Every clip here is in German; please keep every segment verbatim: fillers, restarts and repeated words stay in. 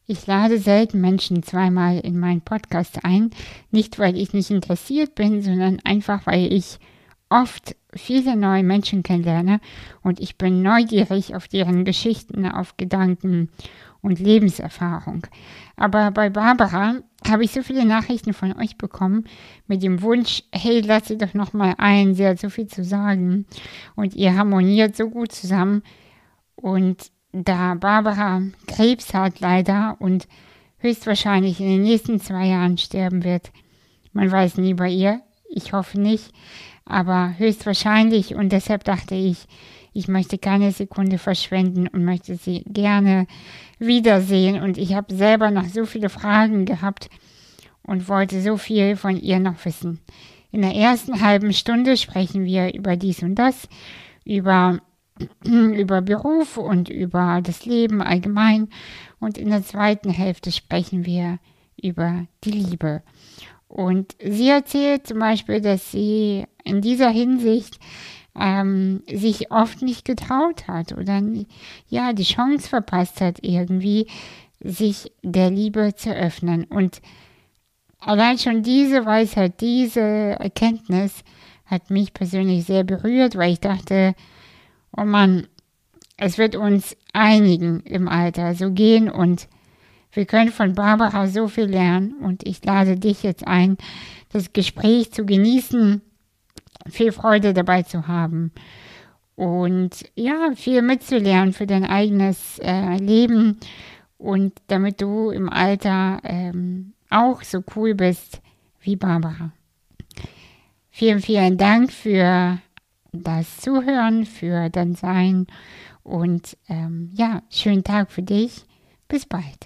Ich lade selten Menschen zweimal in meinen Podcast ein, nicht weil ich nicht interessiert bin, sondern einfach weil ich oft viele neue Menschen kennenlerne und ich bin neugierig auf deren Geschichten, auf Gedanken und Lebenserfahrung. Aber bei Barbara habe ich so viele Nachrichten von euch bekommen mit dem Wunsch, hey, lass sie doch noch mal ein, sie hat so viel zu sagen und ihr harmoniert so gut zusammen. Und da Barbara Krebs hat leider und höchstwahrscheinlich in den nächsten zwei Jahren sterben wird, man weiß nie bei ihr, ich hoffe nicht, aber höchstwahrscheinlich, und deshalb dachte ich, ich möchte keine Sekunde verschwenden und möchte sie gerne wiedersehen. Und ich habe selber noch so viele Fragen gehabt und wollte so viel von ihr noch wissen. In der ersten halben Stunde sprechen wir über dies und das, über, über Beruf und über das Leben allgemein. Und in der zweiten Hälfte sprechen wir über die Liebe. Und sie erzählt zum Beispiel, dass sie in dieser Hinsicht ähm, sich oft nicht getraut hat oder ja die Chance verpasst hat, irgendwie sich der Liebe zu öffnen. Und allein schon diese Weisheit, diese Erkenntnis hat mich persönlich sehr berührt, weil ich dachte, oh Mann, es wird uns einigen im Alter so gehen und wir können von Barbara so viel lernen und ich lade dich jetzt ein, das Gespräch zu genießen, viel Freude dabei zu haben und ja, viel mitzulernen für dein eigenes äh, Leben und damit du im Alter ähm, auch so cool bist wie Barbara. Vielen, vielen Dank für das Zuhören, für dein Sein und ähm, ja, schönen Tag für dich. Bis bald.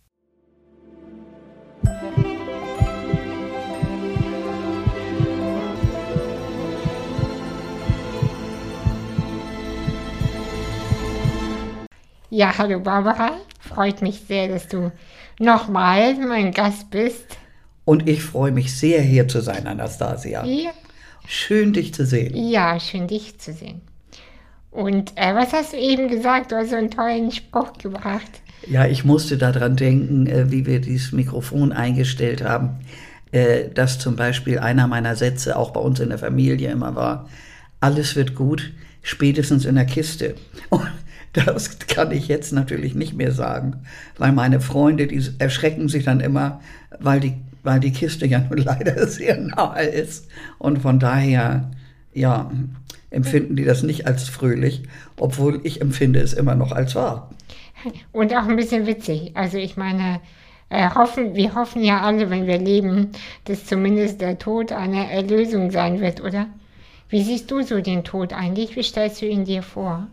Ja, hallo Barbara, freut mich sehr, dass du nochmal mein Gast bist. Und ich freue mich sehr, hier zu sein, Anastasia. Ja. Schön, dich zu sehen. Ja, schön, dich zu sehen. Und äh, was hast du eben gesagt? Du hast so einen tollen Spruch gebracht. Ja, ich musste daran denken, äh, wie wir dieses Mikrofon eingestellt haben, äh, dass zum Beispiel einer meiner Sätze auch bei uns in der Familie immer war, alles wird gut, spätestens in der Kiste. Und das kann ich jetzt natürlich nicht mehr sagen, weil meine Freunde, die erschrecken sich dann immer, weil die, weil die Kiste ja nun leider sehr nahe ist. Und von daher, ja, empfinden die das nicht als fröhlich, obwohl ich empfinde es immer noch als wahr. Und auch ein bisschen witzig. Also ich meine, äh, hoffen, wir hoffen ja alle, wenn wir leben, dass zumindest der Tod eine Erlösung sein wird, oder? Wie siehst du so den Tod eigentlich? Wie stellst du ihn dir vor?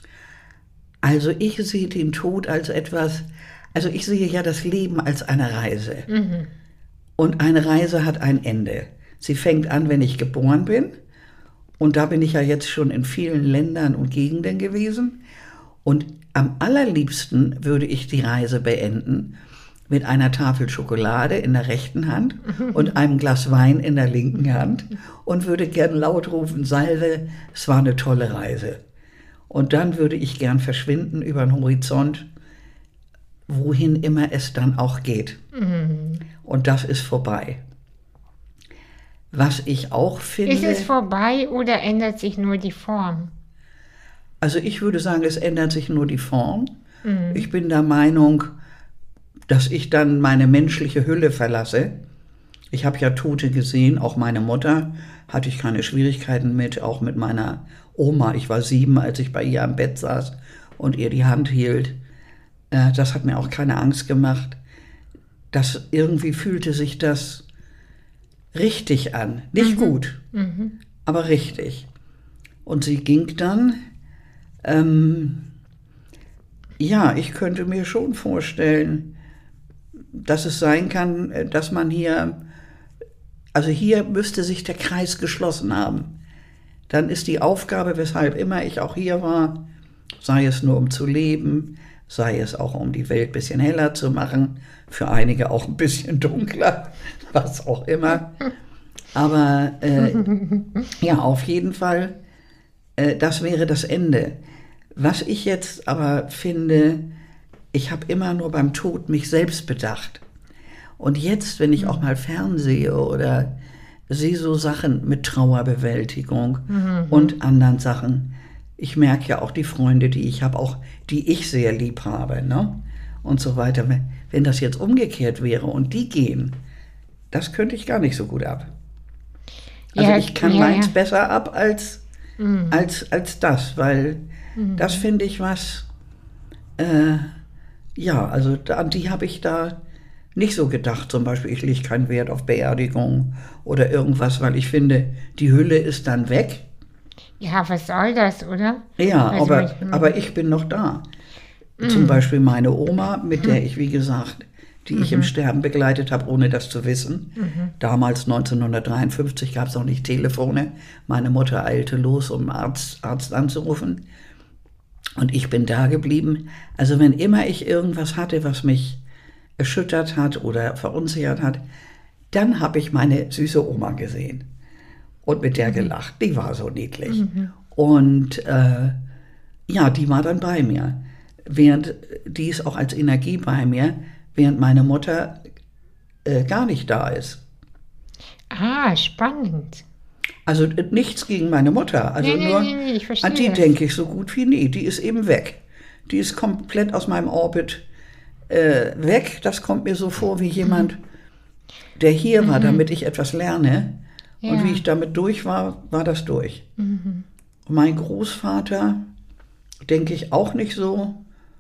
Also ich sehe den Tod als etwas, also ich sehe ja das Leben als eine Reise. Mhm. Und eine Reise hat ein Ende. Sie fängt an, wenn ich geboren bin. Und da bin ich ja jetzt schon in vielen Ländern und Gegenden gewesen. Und am allerliebsten würde ich die Reise beenden mit einer Tafel Schokolade in der rechten Hand und einem Glas Wein in der linken Hand und würde gern laut rufen, Salve, es war eine tolle Reise. Und dann würde ich gern verschwinden über den Horizont, wohin immer es dann auch geht. Mhm. Und das ist vorbei. Was ich auch finde... Ist es vorbei oder ändert sich nur die Form? Also ich würde sagen, es ändert sich nur die Form. Mhm. Ich bin der Meinung, dass ich dann meine menschliche Hülle verlasse. Ich habe ja Tote gesehen, auch meine Mutter hatte ich keine Schwierigkeiten mit, auch mit meiner Oma. Ich war sieben, als ich bei ihr am Bett saß und ihr die Hand hielt. Das hat mir auch keine Angst gemacht. Das, irgendwie fühlte sich das richtig an. Nicht mhm. gut, mhm. aber richtig. Und sie ging dann... Ähm, ja, ich könnte mir schon vorstellen, dass es sein kann, dass man hier, also hier müsste sich der Kreis geschlossen haben. Dann ist die Aufgabe, weshalb immer ich auch hier war, sei es nur um zu leben, sei es auch um die Welt ein bisschen heller zu machen, für einige auch ein bisschen dunkler, was auch immer. Aber äh, ja, auf jeden Fall, äh, das wäre das Ende. Was ich jetzt aber finde, ich habe immer nur beim Tod mich selbst bedacht. Und jetzt, wenn ich auch mal fernsehe oder sehe so Sachen mit Trauerbewältigung mhm. und anderen Sachen, ich merke ja auch die Freunde, die ich habe, auch die ich sehr lieb habe, ne? Und so weiter. Wenn das jetzt umgekehrt wäre und die gehen, das könnte ich gar nicht so gut ab. Also ja, ich kann ja, meins ja. besser ab als, mhm. als, als das, weil mhm. das finde ich was, äh, ja, also an die habe ich da nicht so gedacht. Zum Beispiel, ich lege keinen Wert auf Beerdigung oder irgendwas, weil ich finde, die Hülle ist dann weg. Ja, was soll das, oder? Ja, also aber, ich, aber ich bin noch da. Mm. Zum Beispiel meine Oma, mit der ich, wie gesagt, die ich mm-hmm. im Sterben begleitet habe, ohne das zu wissen. Mm-hmm. Damals neunzehnhundertdreiundfünfzig gab es noch nicht Telefone. Meine Mutter eilte los, um Arzt, Arzt anzurufen. Und ich bin da geblieben. Also wenn immer ich irgendwas hatte, was mich erschüttert hat oder verunsichert hat, dann habe ich meine süße Oma gesehen und mit der gelacht. Die war so niedlich. Mhm. Und äh, ja, die war dann bei mir. Während die ist auch als Energie bei mir, während meine Mutter äh, gar nicht da ist. Ah, spannend. Also nichts gegen meine Mutter. Also nee, nur nee, nee, ich verstehe an die das. denke ich so gut wie nie. Die ist eben weg. Die ist komplett aus meinem Orbit äh, weg. Das kommt mir so vor wie jemand, der hier mhm. war, damit ich etwas lerne. Ja. Und wie ich damit durch war, war das durch. Mhm. Und mein Großvater, denke ich auch nicht so.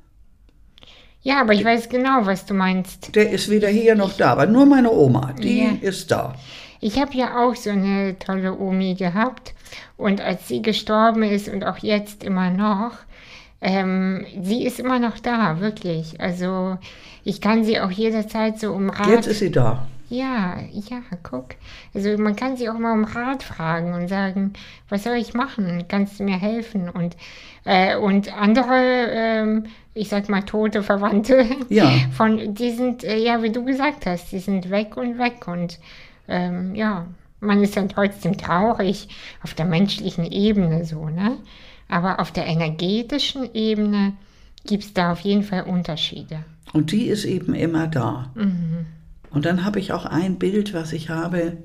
Ja, aber ich weiß genau, was du meinst. Der ist weder hier noch da, aber nur meine Oma, die ja. ist da. Ich habe ja auch so eine tolle Omi gehabt und als sie gestorben ist und auch jetzt immer noch, ähm, sie ist immer noch da, wirklich. Also ich kann sie auch jederzeit so um Rat... Jetzt ist sie da. Ja, ja, guck. Also man kann sie auch mal um Rat fragen und sagen, was soll ich machen? Kannst du mir helfen? Und, äh, und andere, ähm, ich sag mal, tote Verwandte, ja. von, die sind, äh, ja, wie du gesagt hast, die sind weg und weg. Und ähm, ja, man ist dann trotzdem traurig auf der menschlichen Ebene so, ne? Aber auf der energetischen Ebene gibt es da auf jeden Fall Unterschiede. Und die ist eben immer da. Mhm. Und dann habe ich auch ein Bild, was ich habe,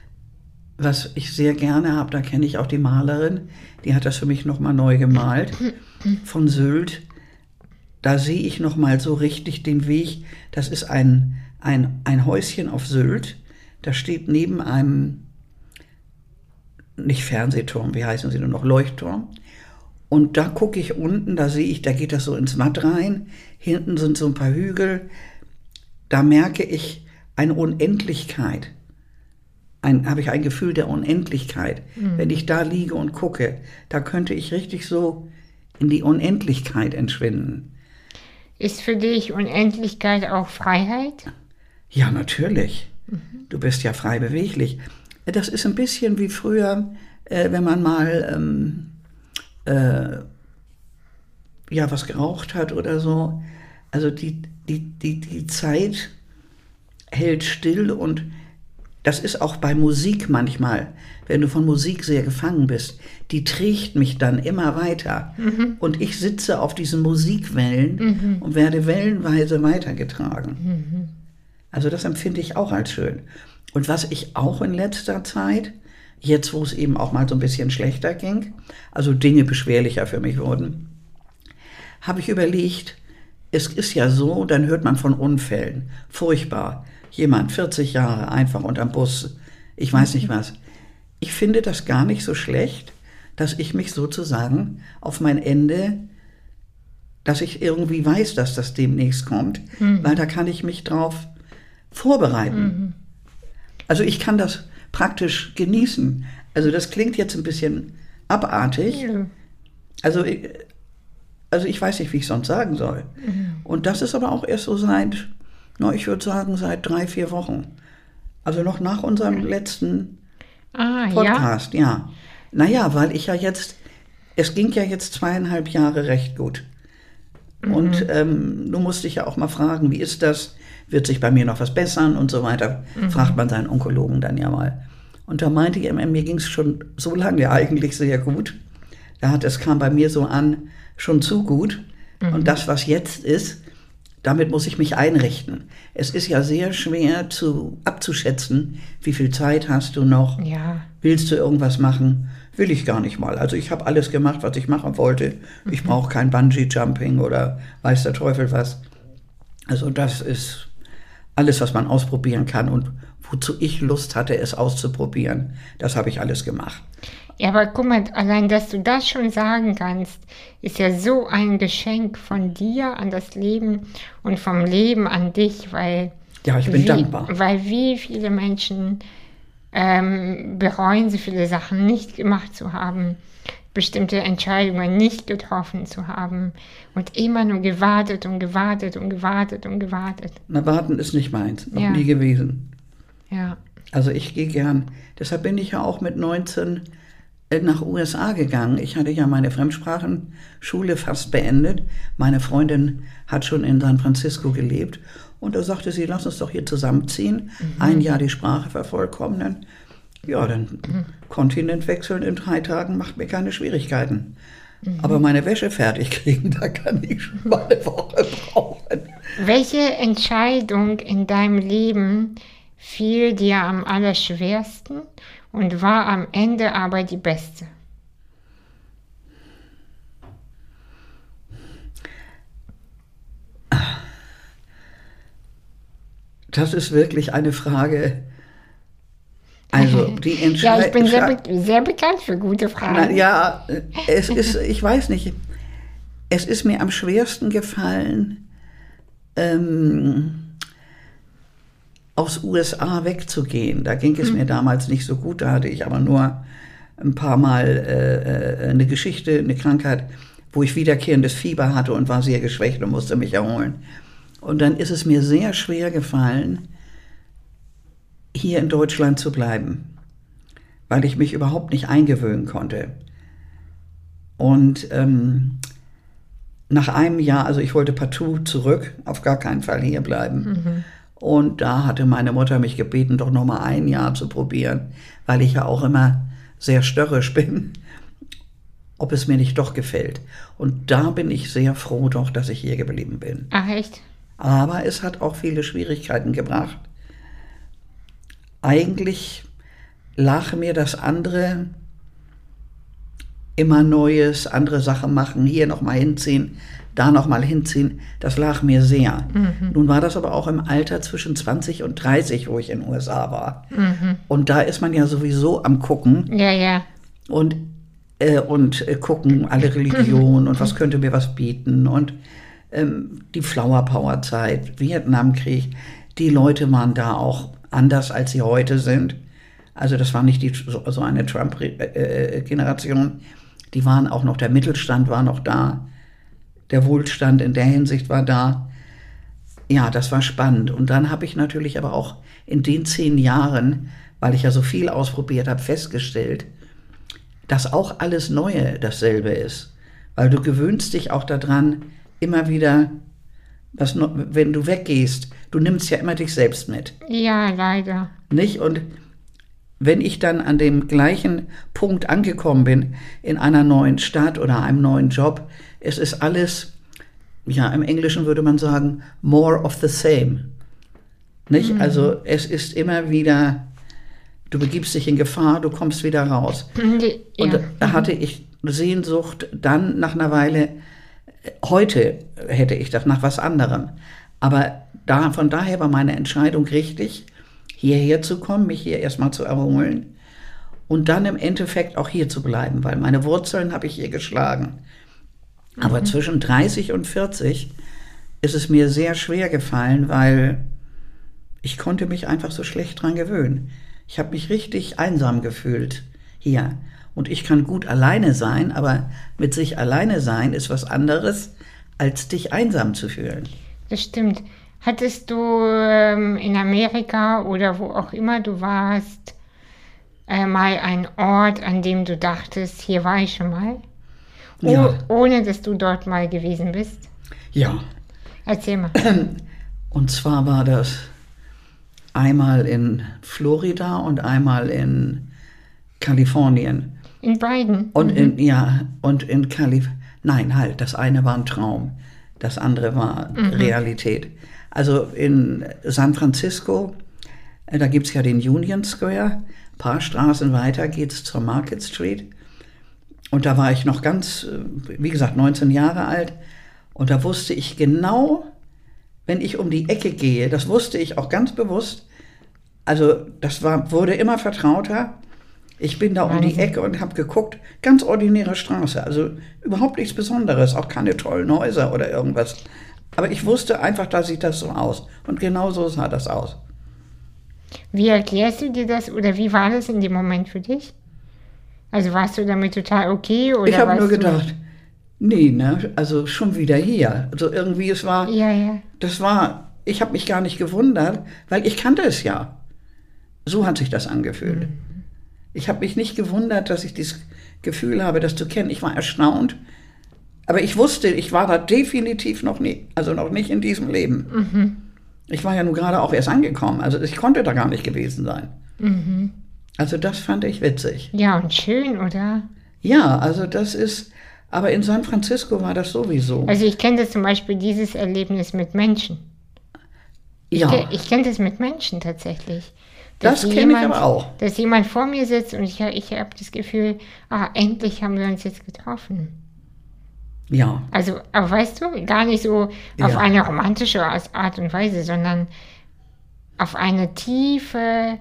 was ich sehr gerne habe, da kenne ich auch die Malerin, die hat das für mich nochmal neu gemalt, von Sylt. Da sehe ich nochmal so richtig den Weg, das ist ein, ein, ein Häuschen auf Sylt, das steht neben einem, nicht Fernsehturm, wie heißen sie nur noch, Leuchtturm. Und da gucke ich unten, da sehe ich, da geht das so ins Matt rein, hinten sind so ein paar Hügel, da merke ich, eine Unendlichkeit, ein, habe ich ein Gefühl der Unendlichkeit. Mhm. Wenn ich da liege und gucke, da könnte ich richtig so in die Unendlichkeit entschwinden. Ist für dich Unendlichkeit auch Freiheit? Ja, natürlich. Mhm. Du bist ja frei beweglich. Das ist ein bisschen wie früher, äh, wenn man mal ähm, äh, ja, was geraucht hat oder so. Also die, die, die, die Zeit hält still und das ist auch bei Musik manchmal, wenn du von Musik sehr gefangen bist, die trägt mich dann immer weiter mhm. und ich sitze auf diesen Musikwellen mhm. und werde wellenweise weitergetragen. Mhm. Also das empfinde ich auch als schön. Und was ich auch in letzter Zeit, jetzt wo es eben auch mal so ein bisschen schlechter ging, also Dinge beschwerlicher für mich wurden, habe ich überlegt, es ist ja so, dann hört man von Unfällen, furchtbar. Jemand, vierzig Jahre, einfach unterm Bus, ich weiß nicht was. Ich finde das gar nicht so schlecht, dass ich mich sozusagen auf mein Ende, dass ich irgendwie weiß, dass das demnächst kommt, mhm. weil da kann ich mich drauf vorbereiten. Mhm. Also ich kann das praktisch genießen. Also das klingt jetzt ein bisschen abartig. Ja. Also, also ich weiß nicht, wie ich sonst sagen soll. Mhm. Und das ist aber auch erst so seit... No, ich würde sagen, seit drei, vier Wochen. Also noch nach unserem letzten ah, Podcast, ja. ja. Naja, weil ich ja jetzt, es ging ja jetzt zweieinhalb Jahre recht gut. Mhm. Und ähm, du musst dich ja auch mal fragen, wie ist das? Wird sich bei mir noch was bessern und so weiter? Mhm. Fragt man seinen Onkologen dann ja mal. Und da meinte ich, mir ging es schon so lange eigentlich sehr gut. Da hat, es kam bei mir so an, schon zu gut. Mhm. Und das, was jetzt ist, damit muss ich mich einrichten. Es ist ja sehr schwer zu, abzuschätzen, wie viel Zeit hast du noch, Ja. willst du irgendwas machen, will ich gar nicht mal. Also ich habe alles gemacht, was ich machen wollte. Ich brauche kein Bungee-Jumping oder weiß der Teufel was. Also das ist alles, was man ausprobieren kann und wozu ich Lust hatte, es auszuprobieren, das habe ich alles gemacht. Ja, aber guck mal, allein, dass du das schon sagen kannst, ist ja so ein Geschenk von dir an das Leben und vom Leben an dich, weil... Ja, ich bin wie, dankbar. Weil wie viele Menschen ähm, bereuen, so viele Sachen nicht gemacht zu haben, bestimmte Entscheidungen nicht getroffen zu haben und immer nur gewartet und gewartet und gewartet und gewartet. Na, warten ist nicht meins, noch Ja. nie gewesen. Ja. Also ich gehe gern, deshalb bin ich ja auch mit neunzehn nach U S A gegangen. Ich hatte ja meine Fremdsprachenschule fast beendet. Meine Freundin hat schon in San Francisco gelebt. Und da sagte sie, lass uns doch hier zusammenziehen, mhm. ein Jahr die Sprache vervollkommnen. Ja, dann mhm. Kontinent wechseln in drei Tagen macht mir keine Schwierigkeiten. Mhm. Aber meine Wäsche fertig kriegen, da kann ich schon mal eine Woche brauchen. Welche Entscheidung in deinem Leben fiel dir am allerschwersten und war am Ende aber die beste? Das ist wirklich eine Frage. Also die Entscheidung. Ja, ich bin sehr, be- sehr bekannt für gute Fragen. Na, ja, es ist, ich weiß nicht, es ist mir am schwersten gefallen, ähm, aus U S A wegzugehen. Da ging es mhm. mir damals nicht so gut, da hatte ich aber nur ein paar Mal äh, eine Geschichte, eine Krankheit, wo ich wiederkehrendes Fieber hatte und war sehr geschwächt und musste mich erholen. Und dann ist es mir sehr schwer gefallen, hier in Deutschland zu bleiben, weil ich mich überhaupt nicht eingewöhnen konnte. Und ähm, nach einem Jahr, also ich wollte partout zurück, auf gar keinen Fall hier bleiben. Mhm. Und da hatte meine Mutter mich gebeten, doch noch mal ein Jahr zu probieren, weil ich ja auch immer sehr störrisch bin, ob es mir nicht doch gefällt. Und da bin ich sehr froh doch, dass ich hier geblieben bin. Ach, echt? Aber es hat auch viele Schwierigkeiten gebracht. Eigentlich lag mir das andere, immer Neues, andere Sachen machen, hier nochmal hinziehen, da nochmal hinziehen, das lag mir sehr. Mhm. Nun war das aber auch im Alter zwischen zwanzig und dreißig, wo ich in den U S A war. Mhm. Und da ist man ja sowieso am Gucken. Ja, ja. Und, äh, und äh, gucken alle Religionen und was könnte mir was bieten. Und ähm, die Flower Power Zeit, Vietnamkrieg, die Leute waren da auch anders, als sie heute sind. Also das war nicht die, so, so eine Trump-Generation. Die waren auch noch, der Mittelstand war noch da. Der Wohlstand in der Hinsicht war da. Ja, das war spannend. Und dann habe ich natürlich aber auch in den zehn Jahren, weil ich ja so viel ausprobiert habe, festgestellt, dass auch alles Neue dasselbe ist. Weil du gewöhnst dich auch daran, immer wieder, was, wenn du weggehst, du nimmst ja immer dich selbst mit. Ja, leider. Nicht? Und wenn ich dann an dem gleichen Punkt angekommen bin, in einer neuen Stadt oder einem neuen Job, es ist alles, ja, im Englischen würde man sagen, more of the same. Nicht? Mhm. Also es ist immer wieder, du begibst dich in Gefahr, du kommst wieder raus. Ja. Und da hatte ich Sehnsucht dann nach einer Weile, heute hätte ich das nach was anderem. Aber da, von daher war meine Entscheidung richtig, hierher zu kommen, mich hier erstmal zu erholen und dann im Endeffekt auch hier zu bleiben, weil meine Wurzeln habe ich hier geschlagen. Mhm. Aber zwischen dreißig und vierzig ist es mir sehr schwer gefallen, weil ich konnte mich einfach so schlecht dran gewöhnen. Ich habe mich richtig einsam gefühlt hier. Und ich kann gut alleine sein, aber mit sich alleine sein ist was anderes, als dich einsam zu fühlen. Das stimmt. Hattest du ähm, in Amerika oder wo auch immer du warst, äh, mal einen Ort, an dem du dachtest, hier war ich schon mal? Oh, ja. Ohne, dass du dort mal gewesen bist? Ja. Erzähl mal. Und zwar war das einmal in Florida und einmal in Kalifornien. In beiden? Und in, mhm. ja, und in Kalifornien. Nein, halt, das eine war ein Traum. Das andere war mhm. Realität. Also in San Francisco, da gibt es ja den Union Square. Ein paar Straßen weiter geht es zur Market Street. Und da war ich noch ganz, wie gesagt, neunzehn Jahre alt. Und da wusste ich genau, wenn ich um die Ecke gehe, das wusste ich auch ganz bewusst. Also das war, wurde immer vertrauter. Ich bin da um die Ecke und habe geguckt, ganz ordinäre Straße. Also überhaupt nichts Besonderes, auch keine tollen Häuser oder irgendwas. Aber ich wusste einfach, da sieht das so aus. Und genau so sah das aus. Wie erklärst du dir das oder wie war das in dem Moment für dich? Also warst du damit total okay? Oder ich habe nur gedacht, nee, ne, also schon wieder hier. Also irgendwie, es war, ja, ja. das war, ich habe mich gar nicht gewundert, weil ich kannte es ja. So hat sich das angefühlt. Mhm. Ich habe mich nicht gewundert, dass ich dieses Gefühl habe, das zu kennen. Ich war erstaunt, aber ich wusste, ich war da definitiv noch nie, also noch nicht in diesem Leben. Mhm. Ich war ja nun gerade auch erst angekommen, also ich konnte da gar nicht gewesen sein. Mhm. Also das fand ich witzig. Ja, und schön, oder? Ja, also das ist, aber in San Francisco war das sowieso. Also ich kenne das zum Beispiel, dieses Erlebnis mit Menschen. Ja. Ich, ich kenne das mit Menschen tatsächlich. Das kenne ich aber auch. Dass jemand vor mir sitzt und ich, ich habe das Gefühl, ah, endlich haben wir uns jetzt getroffen. Ja. Also, aber weißt du, gar nicht so ja. auf eine romantische Art und Weise, sondern auf eine tiefe,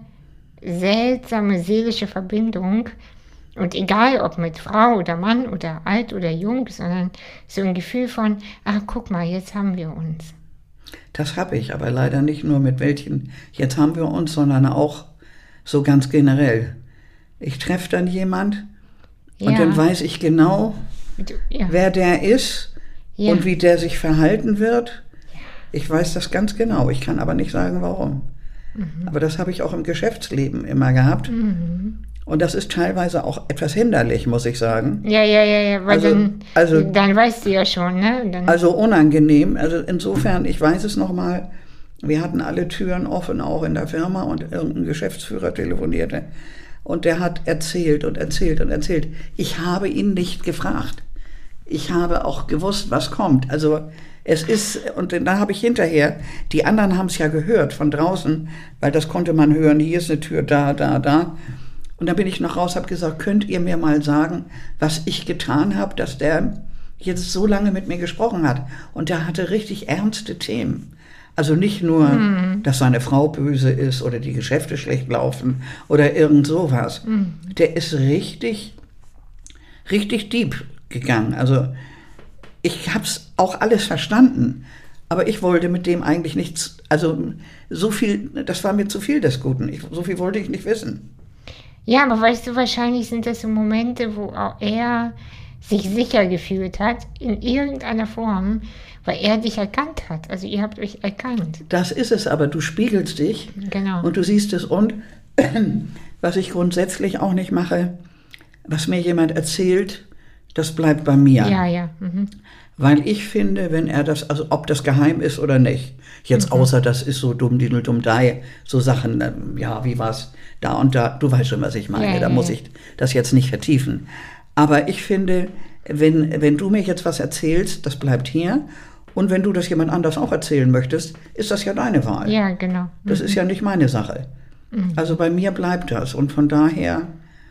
seltsame seelische Verbindung. Und egal, ob mit Frau oder Mann oder alt oder jung, sondern so ein Gefühl von, ach, guck mal, jetzt haben wir uns. Das habe ich, aber leider nicht nur mit welchen, jetzt haben wir uns, sondern auch so ganz generell. Ich treffe dann jemand ja. und dann weiß ich genau, du, ja. wer der ist ja. und wie der sich verhalten wird. Ja. Ich weiß das ganz genau, ich kann aber nicht sagen, warum. Mhm. Aber das habe ich auch im Geschäftsleben immer gehabt. Mhm. Und das ist teilweise auch etwas hinderlich, muss ich sagen. Ja, ja, ja, ja, weil also, dann, also, dann weißt du ja schon, ne? Dann also unangenehm. Also insofern, ich weiß es nochmal, wir hatten alle Türen offen, auch in der Firma, und irgendein Geschäftsführer telefonierte. Und der hat erzählt und erzählt und erzählt. Ich habe ihn nicht gefragt. Ich habe auch gewusst, was kommt. Also es ist, und dann habe ich hinterher, die anderen haben es ja gehört von draußen, weil das konnte man hören, hier ist eine Tür, da, da, da. Und dann bin ich noch raus, habe gesagt, könnt ihr mir mal sagen, was ich getan habe, dass der jetzt so lange mit mir gesprochen hat. Und der hatte richtig ernste Themen. Also nicht nur, mhm. dass seine Frau böse ist oder die Geschäfte schlecht laufen oder irgend sowas. Mhm. Der ist richtig, richtig deep gegangen. Also ich habe es auch alles verstanden, aber ich wollte mit dem eigentlich nichts, also so viel, das war mir zu viel des Guten. Ich, so viel wollte ich nicht wissen. Ja, aber weißt du, wahrscheinlich sind das so Momente, wo auch er sich sicher gefühlt hat, in irgendeiner Form, weil er dich erkannt hat. Also ihr habt euch erkannt. Das ist es, aber du spiegelst dich. Genau. Und du siehst es. Und was ich grundsätzlich auch nicht mache, was mir jemand erzählt, das bleibt bei mir. Ja, ja. Mhm. Weil ich finde, wenn er das, also ob das geheim ist oder nicht, jetzt mhm. außer das ist so dumm, didel, dumm, dai, so Sachen, ja, wie war's da und da, du weißt schon, was ich meine, ja, da ja, muss ja. ich das jetzt nicht vertiefen. Aber ich finde, wenn, wenn du mir jetzt was erzählst, das bleibt hier, und wenn du das jemand anders auch erzählen möchtest, ist das ja deine Wahl. Ja, genau. Mhm. Das ist ja nicht meine Sache. Mhm. Also bei mir bleibt das, und von daher,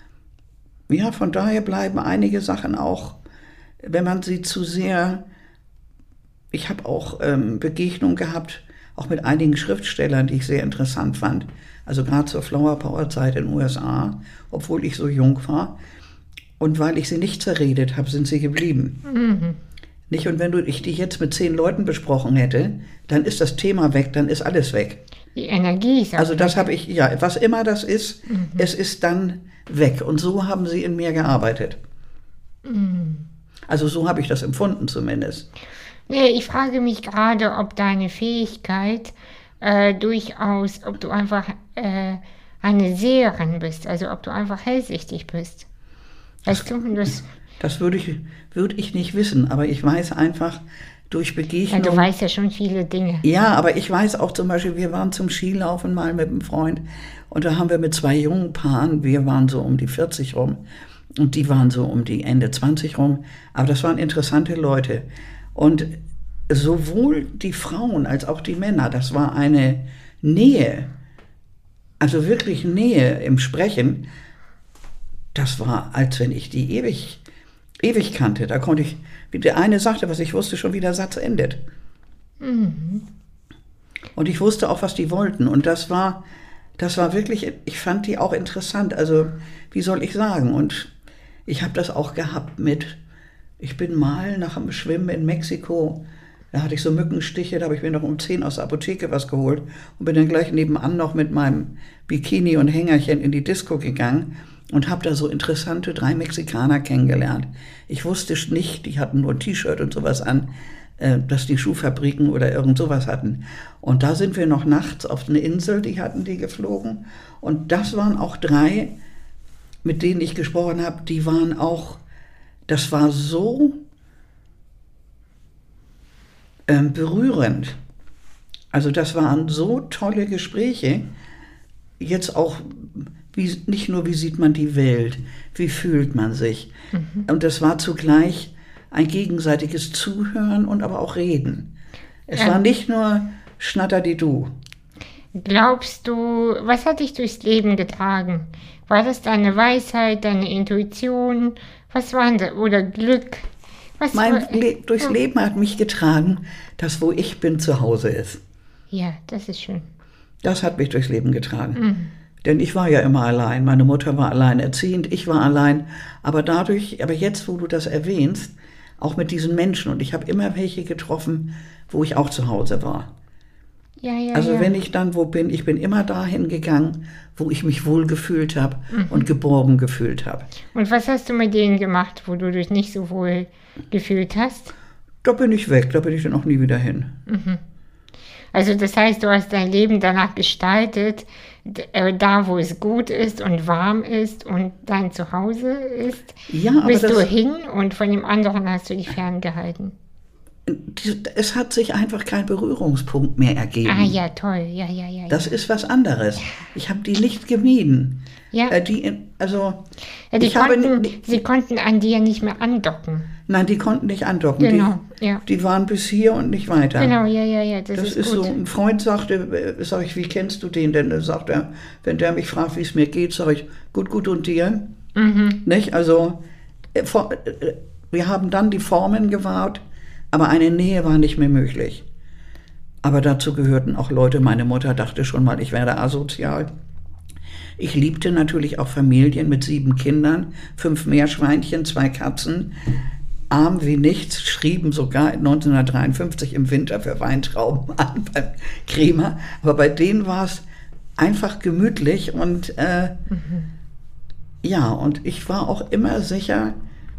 ja, von daher bleiben einige Sachen auch, wenn man sie zu sehr, ich habe auch ähm, Begegnungen gehabt, auch mit einigen Schriftstellern, die ich sehr interessant fand, also gerade zur Flower Power Zeit in den U S A, obwohl ich so jung war, und weil ich sie nicht zerredet habe, sind sie geblieben. Mhm. Nicht? Und wenn du, ich die jetzt mit zehn Leuten besprochen hätte, dann ist das Thema weg, dann ist alles weg. Die Energie ist auch Also das habe ich, ja, was immer das ist, mhm. es ist dann weg, und so haben sie in mir gearbeitet. Mhm. Also so habe ich das empfunden zumindest. Nee, ich frage mich gerade, ob deine Fähigkeit äh, durchaus, ob du einfach äh, eine Seherin bist, also ob du einfach hellsichtig bist. Weißt das, du, das, das würde ich, würde ich nicht wissen, aber ich weiß einfach durch Begegnung. Ja, du weißt ja schon viele Dinge. Ja, aber ich weiß auch zum Beispiel, wir waren zum Skilaufen mal mit einem Freund, und da haben wir mit zwei jungen Paaren, wir waren so um die vierzig rum, und die waren so um die Ende zwanzig rum. Aber das waren interessante Leute. Und sowohl die Frauen als auch die Männer, das war eine Nähe, also wirklich Nähe im Sprechen. Das war, als wenn ich die ewig, ewig kannte. Da konnte ich, wie der eine sagte, was ich wusste, schon wie der Satz endet. Mhm. Und ich wusste auch, was die wollten. Und das war, das war wirklich, ich fand die auch interessant. Also, wie soll ich sagen? Und ich habe das auch gehabt mit, ich bin mal nach dem Schwimmen in Mexiko, da hatte ich so Mückenstiche, da habe ich mir noch um zehn aus der Apotheke was geholt und bin dann gleich nebenan noch mit meinem Bikini und Hängerchen in die Disco gegangen und habe da so interessante drei Mexikaner kennengelernt. Ich wusste nicht, die hatten nur ein T-Shirt und sowas an, dass die Schuhfabriken oder irgend sowas hatten. Und da sind wir noch nachts auf eine Insel, die hatten die geflogen. Und das waren auch drei, mit denen ich gesprochen habe, die waren auch, das war so ähm, berührend. Also das waren so tolle Gespräche. Jetzt auch, wie, nicht nur, wie sieht man die Welt, wie fühlt man sich. Mhm. Und das war zugleich ein gegenseitiges Zuhören und aber auch Reden. Es ähm, war nicht nur Schnatter-di-du. Glaubst du, was hat dich durchs Leben getragen? War das deine Weisheit, deine Intuition? Was war das? Oder Glück? Was mein war, Le- durchs oh. Leben hat mich getragen, dass wo ich bin zu Hause ist. Ja, das ist schön. Das hat mich durchs Leben getragen. Mhm. Denn ich war ja immer allein. Meine Mutter war alleinerziehend, ich war allein. Aber dadurch, aber jetzt, wo du das erwähnst, auch mit diesen Menschen. Und ich habe immer welche getroffen, wo ich auch zu Hause war. Ja, ja, also ja. wenn ich dann wo bin, ich bin immer dahin gegangen, wo ich mich wohl gefühlt habe mhm. und geborgen gefühlt habe. Und was hast du mit denen gemacht, wo du dich nicht so wohl gefühlt hast? Da bin ich weg, da bin ich dann auch nie wieder hin. Mhm. Also das heißt, du hast dein Leben danach gestaltet, da wo es gut ist und warm ist und dein Zuhause ist, ja, aber bist das, du hin und von dem anderen hast du dich ferngehalten. Es hat sich einfach kein Berührungspunkt mehr ergeben. Ah ja, toll, ja, ja, ja. Das ja. ist was anderes. Ich habe die nicht gemieden. Ja. Äh, die, also, ja, die ich konnten, habe, sie konnten an dir nicht mehr andocken. Nein, die konnten nicht andocken. Genau, die, ja. Die waren bis hier und nicht weiter. Genau, ja, ja, ja, das, das ist, ist gut. so, ein Freund sagte, sag ich, wie kennst du den denn? Da sagt er, wenn der mich fragt, wie es mir geht, sage ich, gut, gut und dir? Mhm. Nicht? Also, wir haben dann die Formen gewahrt, aber eine Nähe war nicht mehr möglich. Aber dazu gehörten auch Leute, meine Mutter dachte schon mal, ich werde asozial. Ich liebte natürlich auch Familien mit sieben Kindern, fünf Meerschweinchen, zwei Katzen, arm wie nichts, schrieben sogar neunzehnhundertdreiundfünfzig im Winter für Weintrauben an beim Kremer. Aber bei denen war es einfach gemütlich und äh, mhm. ja, und ich war auch immer sicher,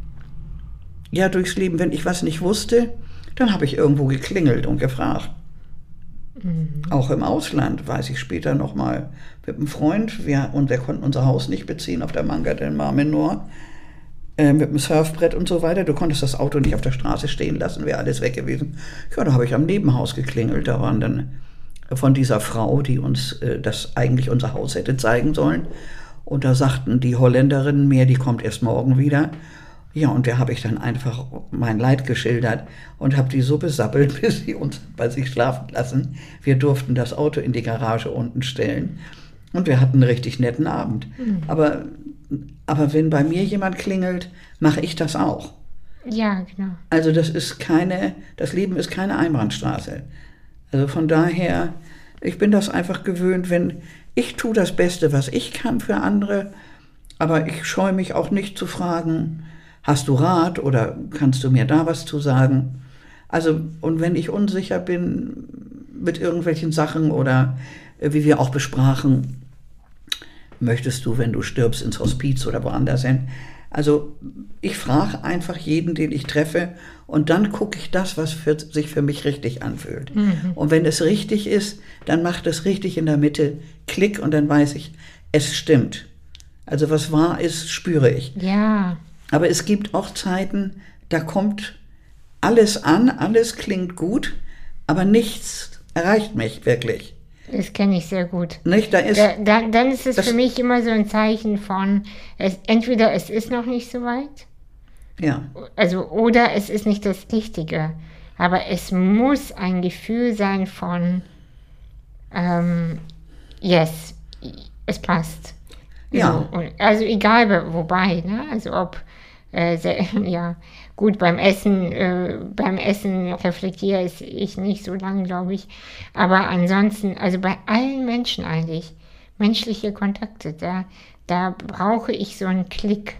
ja, durchs Leben, wenn ich was nicht wusste, dann habe ich irgendwo geklingelt und gefragt. Mhm. Auch im Ausland, weiß ich später nochmal, mit einem Freund, wir, und wir konnten unser Haus nicht beziehen auf der Manga del Mar Menor, äh, mit dem Surfbrett und so weiter. Du konntest das Auto nicht auf der Straße stehen lassen, wäre alles weg gewesen. Ja, da habe ich am Nebenhaus geklingelt, da waren dann von dieser Frau, die uns äh, das eigentlich unser Haus hätte zeigen sollen. Und da sagten die Holländerinnen mir, die kommt erst morgen wieder. Ja, und da habe ich dann einfach mein Leid geschildert und habe die so besappelt, bis sie uns bei sich schlafen lassen. Wir durften das Auto in die Garage unten stellen und wir hatten einen richtig netten Abend. Mhm. Aber, aber wenn bei mir jemand klingelt, mache ich das auch. Ja, genau. Also das ist keine, das Leben ist keine Einbahnstraße. Also von daher, ich bin das einfach gewöhnt, wenn ich tue das Beste, was ich kann für andere, aber ich scheue mich auch nicht zu fragen, hast du Rat oder kannst du mir da was zu sagen? Also, und wenn ich unsicher bin mit irgendwelchen Sachen oder äh, wie wir auch besprachen, möchtest du, wenn du stirbst, ins Hospiz oder woanders hin? Also, ich frage einfach jeden, den ich treffe und dann gucke ich das, was für, sich für mich richtig anfühlt. Mhm. Und wenn es richtig ist, dann macht es richtig in der Mitte Klick und dann weiß ich, es stimmt. Also, was wahr ist, spüre ich. Ja. Aber es gibt auch Zeiten, da kommt alles an, alles klingt gut, aber nichts erreicht mich wirklich. Das kenne ich sehr gut. Nicht? Da ist, da, da, dann ist es für mich immer so ein Zeichen von, es, entweder es ist noch nicht so weit, ja. also oder es ist nicht das Richtige. Aber es muss ein Gefühl sein von, ähm, yes, es passt. Ja. So, und, also egal, wobei, ne? Also ob, äh, sehr, ja, gut, beim Essen, äh, beim Essen reflektiere ich nicht so lange, glaube ich. Aber ansonsten, also bei allen Menschen eigentlich, menschliche Kontakte, da, da brauche ich so einen Klick.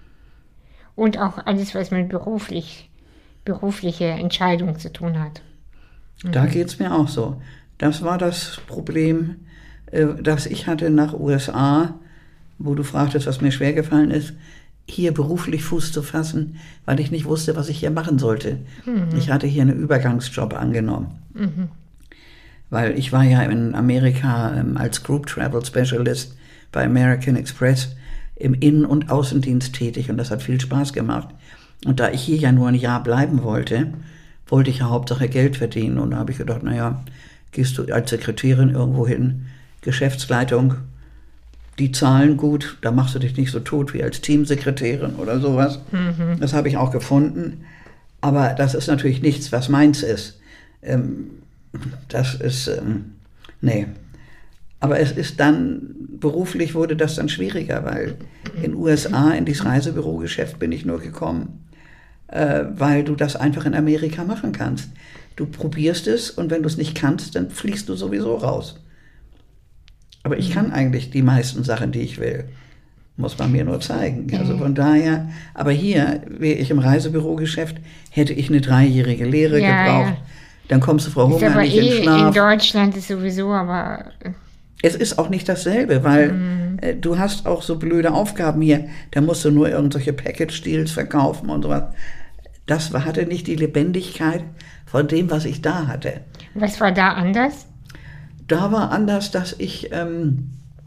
Und auch alles, was mit beruflich, berufliche Entscheidungen zu tun hat. Mhm. Da geht es mir auch so. Das war das Problem, äh, das ich hatte nach U S A, wo du fragtest, was mir schwergefallen ist, hier beruflich Fuß zu fassen, weil ich nicht wusste, was ich hier machen sollte. Mhm. Ich hatte hier einen Übergangsjob angenommen. Mhm. Weil ich war ja in Amerika ähm, als Group Travel Specialist bei American Express im Innen- und Außendienst tätig und das hat viel Spaß gemacht. Und da ich hier ja nur ein Jahr bleiben wollte, wollte ich ja Hauptsache Geld verdienen. Und da habe ich gedacht, naja, gehst du als Sekretärin irgendwo hin, Geschäftsleitung, die zahlen gut, da machst du dich nicht so tot wie als Teamsekretärin oder sowas. Mhm. Das habe ich auch gefunden. Aber das ist natürlich nichts, was meins ist. Ähm, das ist, ähm, nee. Aber es ist dann, beruflich wurde das dann schwieriger, weil in U S A in dieses Reisebürogeschäft bin ich nur gekommen, äh, weil du das einfach in Amerika machen kannst. Du probierst es und wenn du es nicht kannst, dann fliegst du sowieso raus. Aber ich kann eigentlich die meisten Sachen, die ich will. Muss man mir nur zeigen. Also von daher, aber hier, wäre ich im Reisebürogeschäft, hätte ich eine dreijährige Lehre ja, gebraucht. Ja. Dann kommst du, Frau Hunger, nicht eh in Schlaf. In Deutschland ist sowieso, aber... Es ist auch nicht dasselbe, weil mm. äh, du hast auch so blöde Aufgaben hier. Da musst du nur irgendwelche Package-Deals verkaufen und sowas. Das hatte nicht die Lebendigkeit von dem, was ich da hatte. Was war da anders? Da war anders, dass ich ähm,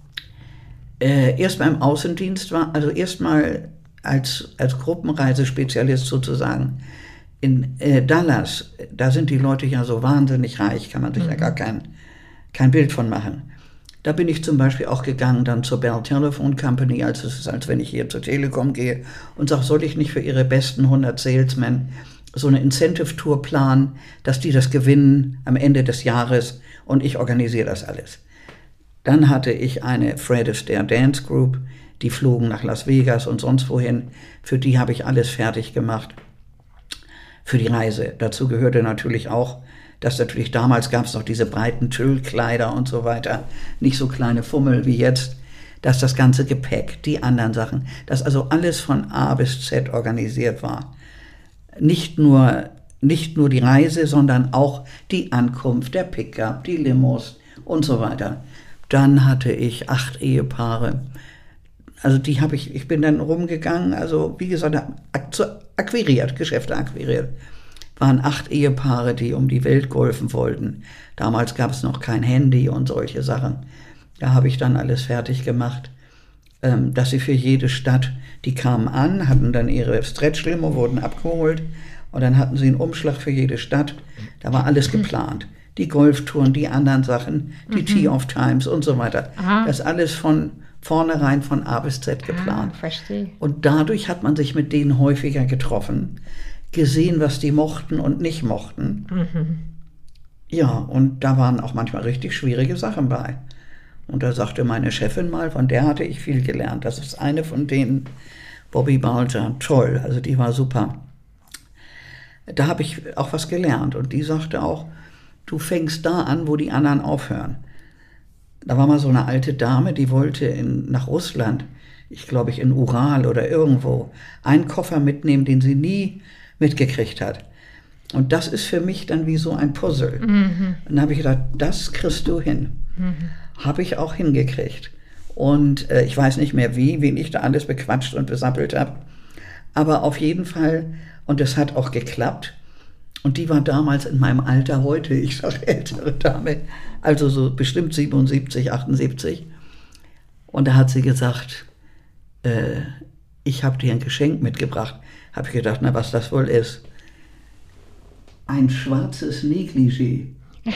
äh, erst mal im Außendienst war, also erstmal als, als Gruppenreisespezialist sozusagen in äh, Dallas. Da sind die Leute ja so wahnsinnig reich, kann man sich mhm. ja gar kein, kein Bild von machen. Da bin ich zum Beispiel auch gegangen dann zur Bell Telephone Company, als es ist, als wenn ich hier zur Telekom gehe und sage, soll ich nicht für ihre besten hundert Salesmen so eine Incentive-Tour planen, dass die das gewinnen am Ende des Jahres und ich organisiere das alles. Dann hatte ich eine Fred Astaire Dance Group, die flogen nach Las Vegas und sonst wohin. Für die habe ich alles fertig gemacht für die Reise. Dazu gehörte natürlich auch, dass natürlich damals gab es noch diese breiten Tüllkleider und so weiter, nicht so kleine Fummel wie jetzt, dass das ganze Gepäck, die anderen Sachen, dass also alles von A bis Z organisiert war. Nicht nur, nicht nur die Reise, sondern auch die Ankunft, der Pickup, die Limos und so weiter. Dann hatte ich acht Ehepaare. Also die habe ich, ich bin dann rumgegangen, also wie gesagt, akquiriert, Geschäfte akquiriert. Waren acht Ehepaare, die um die Welt golfen wollten. Damals gab es noch kein Handy und solche Sachen. Da habe ich dann alles fertig gemacht, ähm, dass sie für jede Stadt, die kamen an, hatten dann ihre Stretch-Limo, wurden abgeholt und dann hatten sie einen Umschlag für jede Stadt. Da war alles geplant. Die Golftouren, die anderen Sachen, die mhm. Tee-Off-Times und so weiter. Aha. Das alles von vornherein von A bis Z geplant. Ah, verstehe. Und dadurch hat man sich mit denen häufiger getroffen, gesehen, was die mochten und nicht mochten. Mhm. Ja, und da waren auch manchmal richtig schwierige Sachen bei. Und da sagte meine Chefin mal, von der hatte ich viel gelernt. Das ist eine von denen, Bobby Balter, toll, also die war super. Da habe ich auch was gelernt. Und die sagte auch, du fängst da an, wo die anderen aufhören. Da war mal so eine alte Dame, die wollte in, nach Russland, ich glaube ich in Ural oder irgendwo, einen Koffer mitnehmen, den sie nie mitgekriegt hat. Und das ist für mich dann wie so ein Puzzle. Mhm. Und dann habe ich gedacht, das kriegst du hin. Mhm. Habe ich auch hingekriegt. Und äh, ich weiß nicht mehr wie, wen ich da alles bequatscht und besappelt habe. Aber auf jeden Fall, und das hat auch geklappt. Und die war damals in meinem Alter heute, ich sage ältere Dame, also so bestimmt siebenundsiebzig, achtundsiebzig. Und da hat sie gesagt, äh, ich habe dir ein Geschenk mitgebracht. Habe ich gedacht, na was das wohl ist. Ein schwarzes Negligé.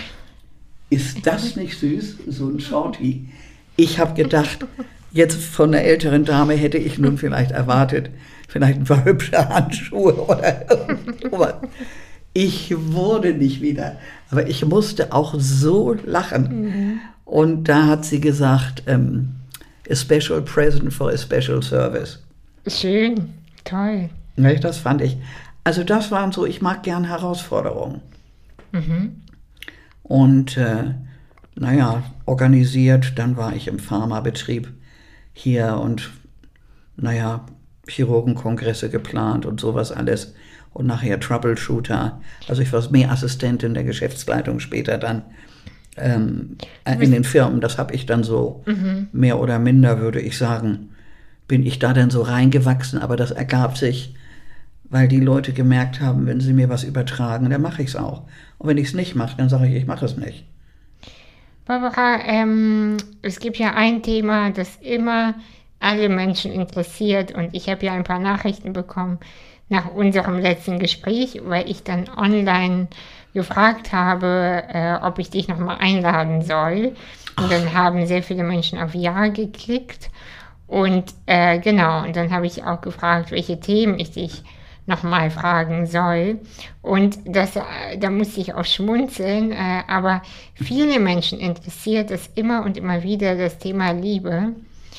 Ist das nicht süß? So ein Shorty. Ich habe gedacht, jetzt von einer älteren Dame hätte ich nun vielleicht erwartet, vielleicht ein paar hübsche Handschuhe oder irgendwas. Ich wurde nicht wieder. Aber ich musste auch so lachen. Mhm. Und da hat sie gesagt, ähm, a special present for a special service. Schön, toll. Ne, das fand ich. Also das waren so, ich mag gern Herausforderungen. Mhm. Und äh, naja, organisiert, dann war ich im Pharmabetrieb hier und naja, Chirurgenkongresse geplant und sowas alles. Und nachher Troubleshooter. Also ich war mehr Assistentin der Geschäftsleitung später dann ähm, in den Firmen. Das habe ich dann so mhm. mehr oder minder, würde ich sagen, bin ich da dann so reingewachsen. Aber das ergab sich, weil die Leute gemerkt haben, wenn sie mir was übertragen, dann mache ich es auch. Und wenn ich es nicht mache, dann sage ich, ich mache es nicht. Barbara, ähm, es gibt ja ein Thema, das immer alle Menschen interessiert. Und ich habe ja ein paar Nachrichten bekommen nach unserem letzten Gespräch, weil ich dann online gefragt habe, äh, ob ich dich nochmal einladen soll. Und dann haben sehr viele Menschen auf Ja geklickt. Und äh, genau, und dann habe ich auch gefragt, welche Themen ich dich nochmal fragen soll. Und das, äh, da musste ich auch schmunzeln. Äh, aber viele Menschen interessiert es immer und immer wieder, das Thema Liebe.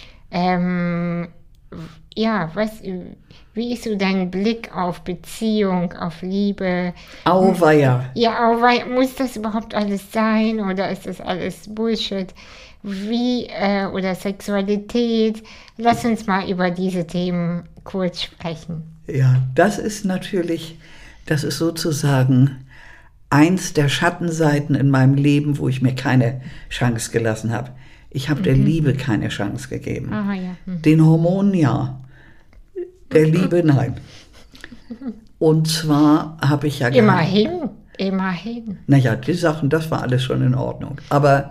Ähm, ja, was... Wie ist so dein Blick auf Beziehung, auf Liebe? Auweia. Ja, auweia. Muss das überhaupt alles sein oder ist das alles Bullshit? Wie, äh, oder Sexualität? Lass uns mal über diese Themen kurz sprechen. Ja, das ist natürlich, das ist sozusagen eins der Schattenseiten in meinem Leben, wo ich mir keine Chance gelassen habe. Ich habe mhm. der Liebe keine Chance gegeben. Aha, ja. Mhm. Den Hormonen ja. Der Liebe, nein. Und zwar habe ich ja... Immerhin, immerhin. Naja, die Sachen, das war alles schon in Ordnung. Aber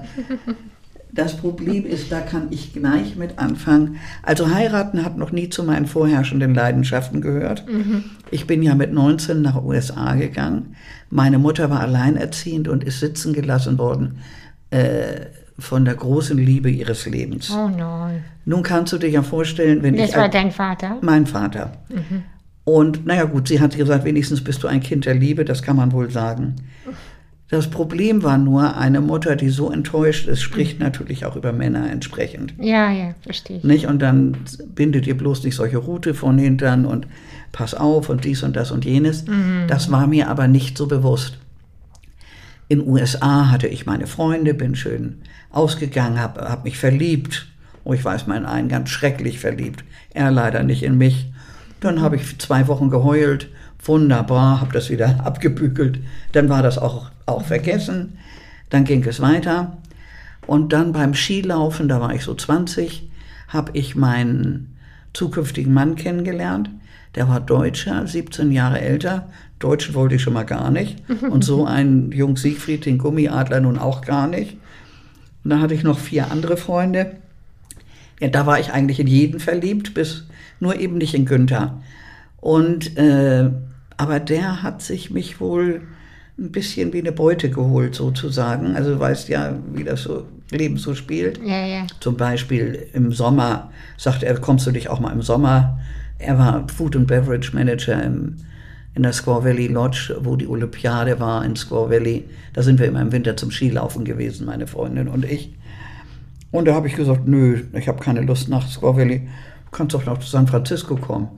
das Problem ist, da kann ich gleich mit anfangen. Also heiraten hat noch nie zu meinen vorherrschenden Leidenschaften gehört. Mhm. Ich bin ja mit neunzehn nach U S A gegangen. Meine Mutter war alleinerziehend und ist sitzen gelassen worden äh, von der großen Liebe ihres Lebens. Oh nein. Nun kannst du dir ja vorstellen, wenn das ich... Das war dein Vater? Mein Vater. Mhm. Und naja gut, sie hat gesagt, wenigstens bist du ein Kind der Liebe, das kann man wohl sagen. Das Problem war nur, eine Mutter, die so enttäuscht ist, spricht mhm. natürlich auch über Männer entsprechend. Ja, ja, verstehe ich. Nicht? Und dann bindet ihr bloß nicht solche Rute von Hintern und pass auf und dies und das und jenes. Mhm. Das war mir aber nicht so bewusst. In U S A hatte ich meine Freunde, bin schön ausgegangen, habe hab mich verliebt. Oh, ich weiß, meinen einen ganz schrecklich verliebt. Er leider nicht in mich. Dann habe ich zwei Wochen geheult. Wunderbar, habe das wieder abgebügelt. Dann war das auch, auch vergessen. Dann ging es weiter. Und dann beim Skilaufen, da war ich so zwanzig, habe ich meinen zukünftigen Mann kennengelernt. Der war Deutscher, siebzehn Jahre älter. Deutschen wollte ich schon mal gar nicht. Und so ein Jung Siegfried, den Gummiadler, nun auch gar nicht. Und dann hatte ich noch vier andere Freunde. Ja, da war ich eigentlich in jeden verliebt, bis nur eben nicht in Günther. Und, äh, aber der hat sich mich wohl ein bisschen wie eine Beute geholt, sozusagen. Also du weißt ja, wie das so Leben so spielt. Ja, ja. Zum Beispiel im Sommer, sagt er, kommst du dich auch mal im Sommer? Er war Food and Beverage Manager im in der Squaw Valley Lodge, wo die Olympiade war in Squaw Valley. Da sind wir immer im Winter zum Skilaufen gewesen, meine Freundin und ich. Und da habe ich gesagt, nö, ich habe keine Lust nach Squaw Valley, du kannst doch nach San Francisco kommen.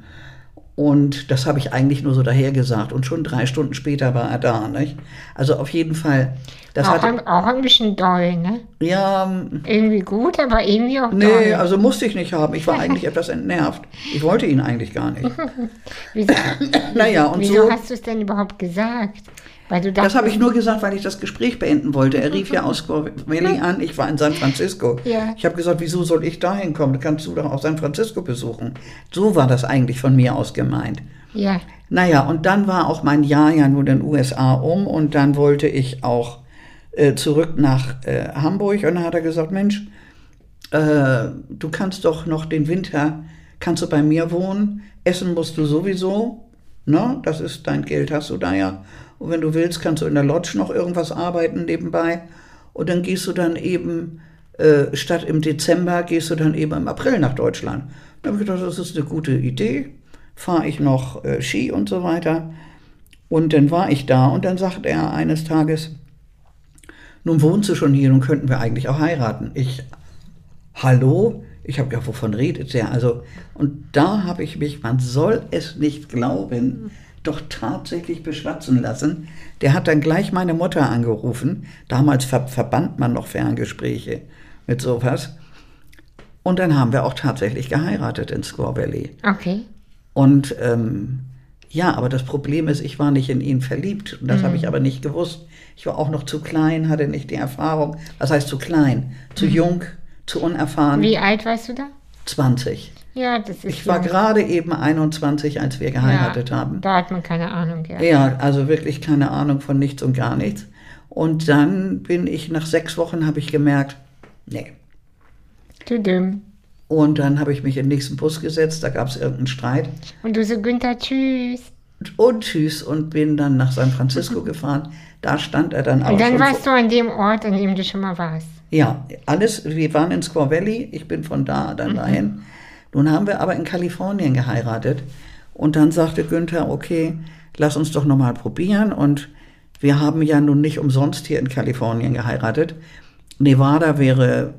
Und das habe ich eigentlich nur so dahergesagt. Und schon drei Stunden später war er da, nicht? Also auf jeden Fall. Das auch, hat, ein, auch ein bisschen doll, ne? Ja. Irgendwie gut, aber irgendwie auch doll. Nee, also musste ich nicht haben. Ich war eigentlich etwas entnervt. Ich wollte ihn eigentlich gar nicht. Wieso, naja, und wieso so, hast du es denn überhaupt gesagt? Weil du das habe ich nur gesagt, weil ich das Gespräch beenden wollte. Er rief ja aus Squaw Valley an, ich war in San Francisco. Ja. Ich habe gesagt, wieso soll ich da hinkommen? Da kannst du doch auch San Francisco besuchen. So war das eigentlich von mir aus gemeint. Ja. Naja, und dann war auch mein Jahr ja nur in den U S A um und dann wollte ich auch äh, zurück nach äh, Hamburg und dann hat er gesagt, Mensch, äh, du kannst doch noch den Winter, kannst du bei mir wohnen, essen musst du sowieso, ne? Das ist dein Geld, hast du da ja. Und wenn du willst, kannst du in der Lodge noch irgendwas arbeiten nebenbei. Und dann gehst du dann eben, äh, statt im Dezember, gehst du dann eben im April nach Deutschland. Dann habe ich gedacht, das ist eine gute Idee. Fahre ich noch äh, Ski und so weiter. Und dann war ich da und dann sagt er eines Tages, nun wohnst du schon hier, nun könnten wir eigentlich auch heiraten. Ich, hallo? Ich habe ja, wovon redet der? Also, und da habe ich mich, man soll es nicht glauben, doch tatsächlich beschwatzen lassen. Der hat dann gleich meine Mutter angerufen. Damals ver- verband man noch Ferngespräche mit sowas. Und dann haben wir auch tatsächlich geheiratet in Squaw Valley. Okay. Und ähm, ja, aber das Problem ist, ich war nicht in ihn verliebt. Und das mhm. habe ich aber nicht gewusst. Ich war auch noch zu klein, hatte nicht die Erfahrung. Was heißt zu klein? Zu mhm. jung, zu unerfahren. Wie alt warst du da? zwanzig. Ja, das ist Ich war gerade eben einundzwanzig, als wir geheiratet ja, haben. Da hat man keine Ahnung. Ja. ja, also wirklich keine Ahnung von nichts und gar nichts. Und dann bin ich, nach sechs Wochen habe ich gemerkt, nee. Zu dumm. Und dann habe ich mich in den nächsten Bus gesetzt, da gab es irgendeinen Streit. Und du so, Günther, tschüss. Und tschüss und bin dann nach San Francisco gefahren. Da stand er dann auch. Und dann schon warst du an dem Ort, an dem du schon mal warst. Ja, alles, wir waren in Squaw Valley, ich bin von da dann mhm. dahin. Nun haben wir aber in Kalifornien geheiratet und dann sagte Günther, okay, lass uns doch nochmal probieren und wir haben ja nun nicht umsonst hier in Kalifornien geheiratet. Nevada wäre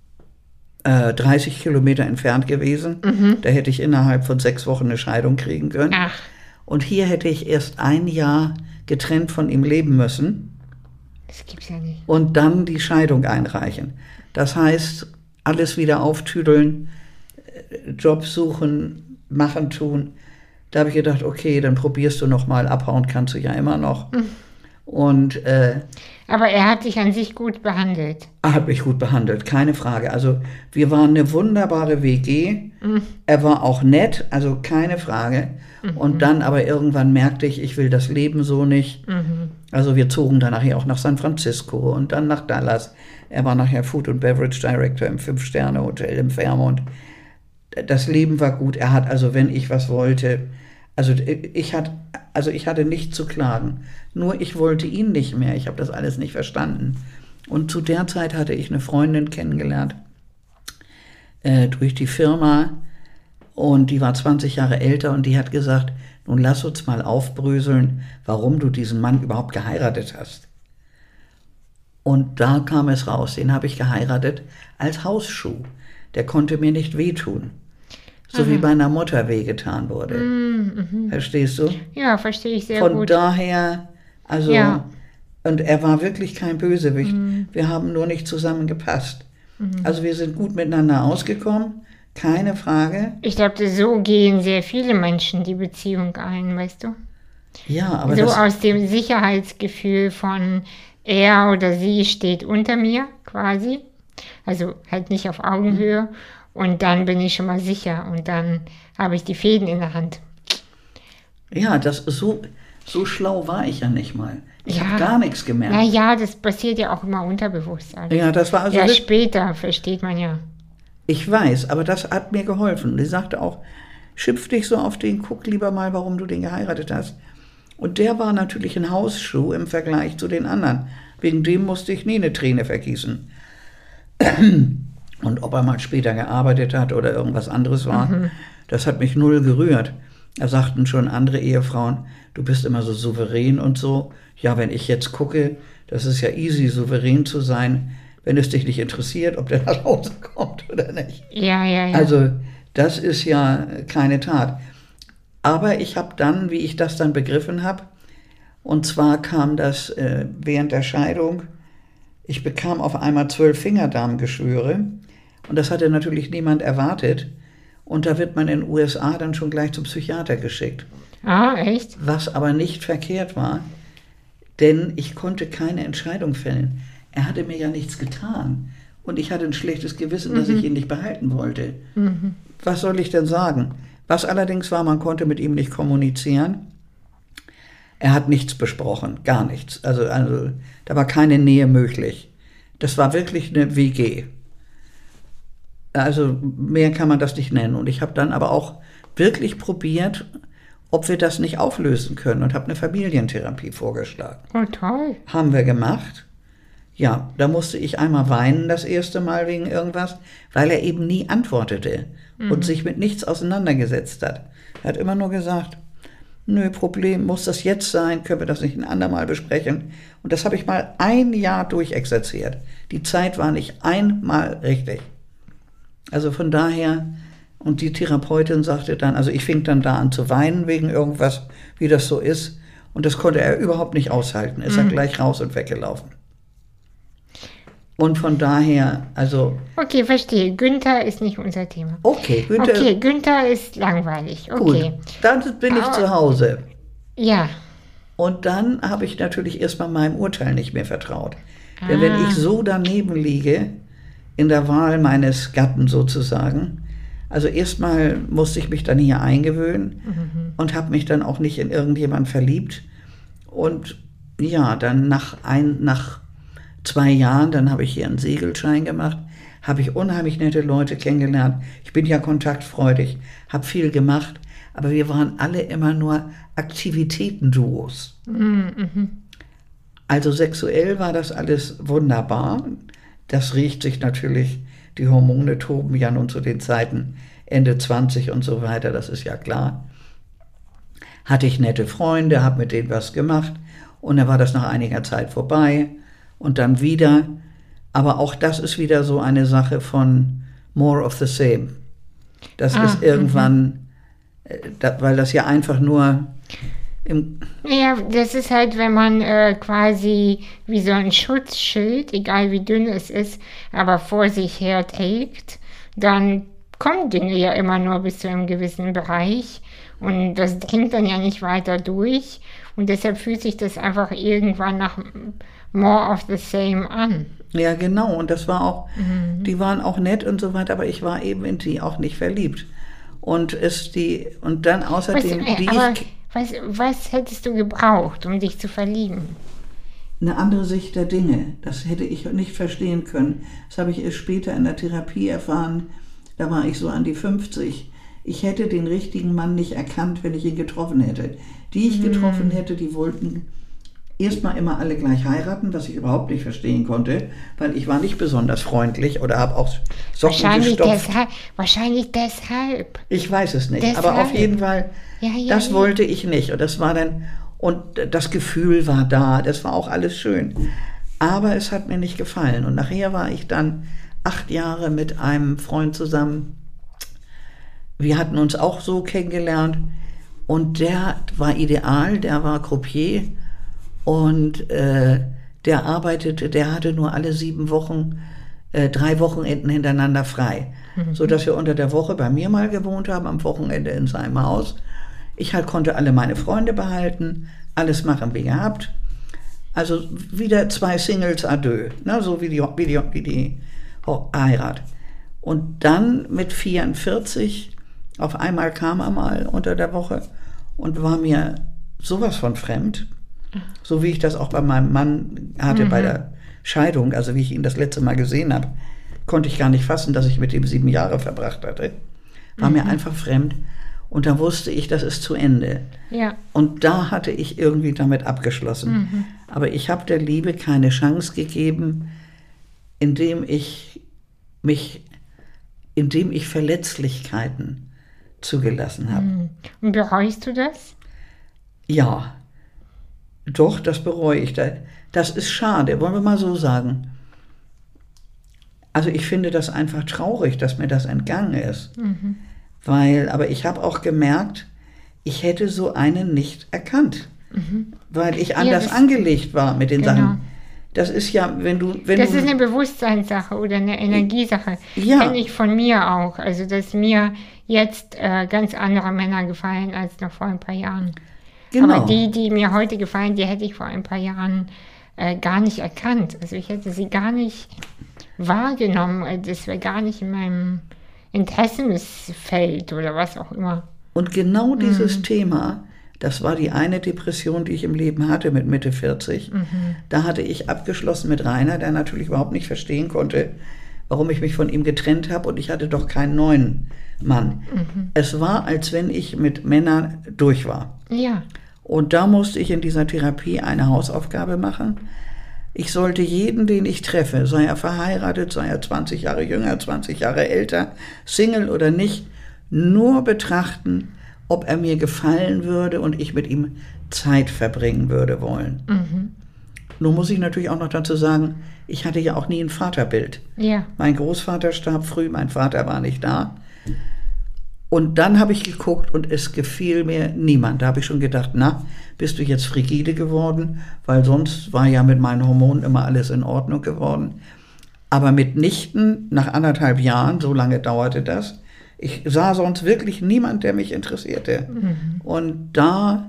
äh, dreißig Kilometer entfernt gewesen, mhm. da hätte ich innerhalb von sechs Wochen eine Scheidung kriegen können. Ach. Und hier hätte ich erst ein Jahr getrennt von ihm leben müssen. Das gibt's ja nicht. Und dann die Scheidung einreichen. Das heißt, alles wieder auftüdeln, Job suchen, machen, tun. Da habe ich gedacht, okay, dann probierst du nochmal, abhauen kannst du ja immer noch. Mhm. Und, äh, aber er hat dich an sich gut behandelt. Er hat mich gut behandelt, keine Frage. Also wir waren eine wunderbare W G. Mhm. Er war auch nett, also keine Frage. Mhm. Und dann aber irgendwann merkte ich, ich will das Leben so nicht. Mhm. Also wir zogen dann nachher auch nach San Francisco und dann nach Dallas. Er war nachher Food and Beverage Director im Fünf-Sterne-Hotel im Fairmont. Das Leben war gut. Er hat also, wenn ich was wollte, also ich hatte, also ich hatte nichts zu klagen. Nur ich wollte ihn nicht mehr. Ich habe das alles nicht verstanden. Und zu der Zeit hatte ich eine Freundin kennengelernt äh, durch die Firma und die war zwanzig Jahre älter und die hat gesagt, nun lass uns mal aufbröseln, warum du diesen Mann überhaupt geheiratet hast. Und da kam es raus, den habe ich geheiratet als Hausschuh. Der konnte mir nicht wehtun. So Aha. wie meiner Mutter wehgetan wurde. Mm, Verstehst du? Ja, verstehe ich sehr Von gut. Von daher, also, ja. Und er war wirklich kein Bösewicht. Mm. Wir haben nur nicht zusammengepasst. Mm. Also wir sind gut miteinander ausgekommen, keine Frage. Ich glaube, so gehen sehr viele Menschen die Beziehung ein, weißt du? Ja, aber so das, aus dem Sicherheitsgefühl von er oder sie steht unter mir quasi. Also halt nicht auf Augenhöhe. Mm. Und dann bin ich schon mal sicher und dann habe ich die Fäden in der Hand. Ja, das so, so schlau war ich ja nicht mal. Ich ja. habe gar nichts gemerkt. Naja, das passiert ja auch immer unterbewusst. Also. Ja, das war also ja, später versteht man ja. Ich weiß, aber das hat mir geholfen. Die sagte auch, schimpf dich so auf den, guck lieber mal, warum du den geheiratet hast. Und der war natürlich ein Hausschuh im Vergleich zu den anderen. Wegen dem musste ich nie eine Träne vergießen. Und ob er mal später gearbeitet hat oder irgendwas anderes war, mhm. das hat mich null gerührt. Da sagten schon andere Ehefrauen, du bist immer so souverän und so. Ja, wenn ich jetzt gucke, das ist ja easy, souverän zu sein, wenn es dich nicht interessiert, ob der nach Hause kommt oder nicht. Ja, ja, ja. Also das ist ja keine Tat. Aber ich habe dann, wie ich das dann begriffen habe, und zwar kam das äh, während der Scheidung, ich bekam auf einmal zwölf Fingerdarmgeschwüre. Und das hatte natürlich niemand erwartet. Und da wird man in den U S A dann schon gleich zum Psychiater geschickt. Ah, echt? Was aber nicht verkehrt war, denn ich konnte keine Entscheidung fällen. Er hatte mir ja nichts getan. Und ich hatte ein schlechtes Gewissen, mhm. dass ich ihn nicht behalten wollte. Mhm. Was soll ich denn sagen? Was allerdings war, man konnte mit ihm nicht kommunizieren. Er hat nichts besprochen, gar nichts. Also, also da war keine Nähe möglich. Das war wirklich eine W G. Also mehr kann man das nicht nennen. Und ich habe dann aber auch wirklich probiert, ob wir das nicht auflösen können und habe eine Familientherapie vorgeschlagen. Oh, toll. Haben wir gemacht. Ja, da musste ich einmal weinen das erste Mal wegen irgendwas, weil er eben nie antwortete mhm. und sich mit nichts auseinandergesetzt hat. Er hat immer nur gesagt, nö, Problem, muss das jetzt sein, können wir das nicht ein andermal besprechen? Und das habe ich mal ein Jahr durchexerziert. Die Zeit war nicht einmal richtig. Also von daher, und die Therapeutin sagte dann, also ich fing dann da an zu weinen wegen irgendwas, wie das so ist. Und das konnte er überhaupt nicht aushalten. Ist er mhm. gleich raus und weggelaufen. Und von daher, also... Okay, verstehe. Günther ist nicht unser Thema. Okay, Günther, okay, Günther ist langweilig. Okay. Gut, dann bin ich Aber, zu Hause. Ja. Und dann habe ich natürlich erstmal meinem Urteil nicht mehr vertraut. Ah. Denn wenn ich so daneben liege, in der Wahl meines Gatten sozusagen, also erstmal musste ich mich dann hier eingewöhnen mhm. und habe mich dann auch nicht in irgendjemanden verliebt. Und ja, dann nach, ein, nach zwei Jahren, dann habe ich hier einen Segelschein gemacht, habe ich unheimlich nette Leute kennengelernt. Ich bin ja kontaktfreudig, habe viel gemacht, aber wir waren alle immer nur Aktivitätenduos. Mhm. Also sexuell war das alles wunderbar. Das riecht sich natürlich, die Hormone toben ja nun zu den Zeiten Ende zwanzig und so weiter, das ist ja klar. Hatte ich nette Freunde, habe mit denen was gemacht und dann war das nach einiger Zeit vorbei und dann wieder. Aber auch das ist wieder so eine Sache von more of the same. Das ah, ist irgendwann, äh, da, weil das ja einfach nur im... Ja, das ist halt, wenn man äh, quasi wie so ein Schutzschild, egal wie dünn es ist, aber vor sich her trägt, dann kommen Dinge ja immer nur bis zu einem gewissen Bereich und das dringt dann ja nicht weiter durch und deshalb fühlt sich das einfach irgendwann nach more of the same an. Ja, genau, und das war auch, mhm. die waren auch nett und so weiter, aber ich war eben in die auch nicht verliebt. Und es die, und dann außerdem was, die aber ich, was, was hättest du gebraucht, um dich zu verlieben? Eine andere Sicht der Dinge, das hätte ich nicht verstehen können. Das habe ich erst später in der Therapie erfahren, da war ich so an die fünfzig. Ich hätte den richtigen Mann nicht erkannt, wenn ich ihn getroffen hätte. Die ich getroffen hätte, die wollten erstmal immer alle gleich heiraten, was ich überhaupt nicht verstehen konnte, weil ich war nicht besonders freundlich oder habe auch Socken wahrscheinlich gestopft. Deshalb, wahrscheinlich deshalb. Ich weiß es nicht, deshalb. aber auf jeden Fall, ja, ja, das ja. wollte ich nicht. Und das war dann, und das Gefühl war da, das war auch alles schön. Aber es hat mir nicht gefallen. Und nachher war ich dann acht Jahre mit einem Freund zusammen. Wir hatten uns auch so kennengelernt und der war ideal, der war Croupier und äh, der arbeitete, der hatte nur alle sieben Wochen äh, drei Wochenenden hintereinander frei, mhm. sodass wir unter der Woche bei mir mal gewohnt haben, am Wochenende in seinem Haus. Ich halt konnte alle meine Freunde behalten, alles machen wie gehabt. Also wieder zwei Singles à deux, ne, so wie die, wie die, wie die Heirat. Und dann mit vierundvierzig, auf einmal kam er mal unter der Woche und war mir sowas von fremd, so wie ich das auch bei meinem Mann hatte mhm. bei der Scheidung, also wie ich ihn das letzte Mal gesehen habe, konnte ich gar nicht fassen, dass ich mit ihm sieben Jahre verbracht hatte. War mhm. mir einfach fremd und da wusste ich, das ist zu Ende. Ja. Und da hatte ich irgendwie damit abgeschlossen. Mhm. Aber ich habe der Liebe keine Chance gegeben, indem ich mich, indem ich Verletzlichkeiten zugelassen habe. Und bereust du das? Ja, doch, das bereue ich. Das ist schade, wollen wir mal so sagen. Also ich finde das einfach traurig, dass mir das entgangen ist. Mhm. Weil, aber ich habe auch gemerkt, ich hätte so einen nicht erkannt. Mhm. Weil ich anders ja, angelegt war mit den genau. Sachen. Das ist ja, wenn du... Wenn das du, ist eine Bewusstseinssache oder eine Energiesache. Ja. Kenne ich von mir auch. Also, dass mir jetzt äh, ganz andere Männer gefallen als noch vor ein paar Jahren. Genau. Aber die, die mir heute gefallen, die hätte ich vor ein paar Jahren äh, gar nicht erkannt. Also, ich hätte sie gar nicht wahrgenommen. Das wäre gar nicht in meinem Interessensfeld oder was auch immer. Und genau dieses mhm. Thema... Das war die eine Depression, die ich im Leben hatte mit Mitte vierzig. Mhm. Da hatte ich abgeschlossen mit Rainer, der natürlich überhaupt nicht verstehen konnte, warum ich mich von ihm getrennt habe und ich hatte doch keinen neuen Mann. Mhm. Es war, als wenn ich mit Männern durch war. Ja. Und da musste ich in dieser Therapie eine Hausaufgabe machen. Ich sollte jeden, den ich treffe, sei er verheiratet, sei er zwanzig Jahre jünger, zwanzig Jahre älter, Single oder nicht, nur betrachten, ob er mir gefallen würde und ich mit ihm Zeit verbringen würde wollen. Mhm. Nun muss ich natürlich auch noch dazu sagen, ich hatte ja auch nie ein Vaterbild. Ja. Mein Großvater starb früh, mein Vater war nicht da. Und dann habe ich geguckt und es gefiel mir niemand. Da habe ich schon gedacht, na, bist du jetzt frigide geworden? Weil sonst war ja mit meinen Hormonen immer alles in Ordnung geworden. Aber mitnichten, nach anderthalb Jahren, so lange dauerte das, ich sah sonst wirklich niemand, der mich interessierte. Mhm. Und da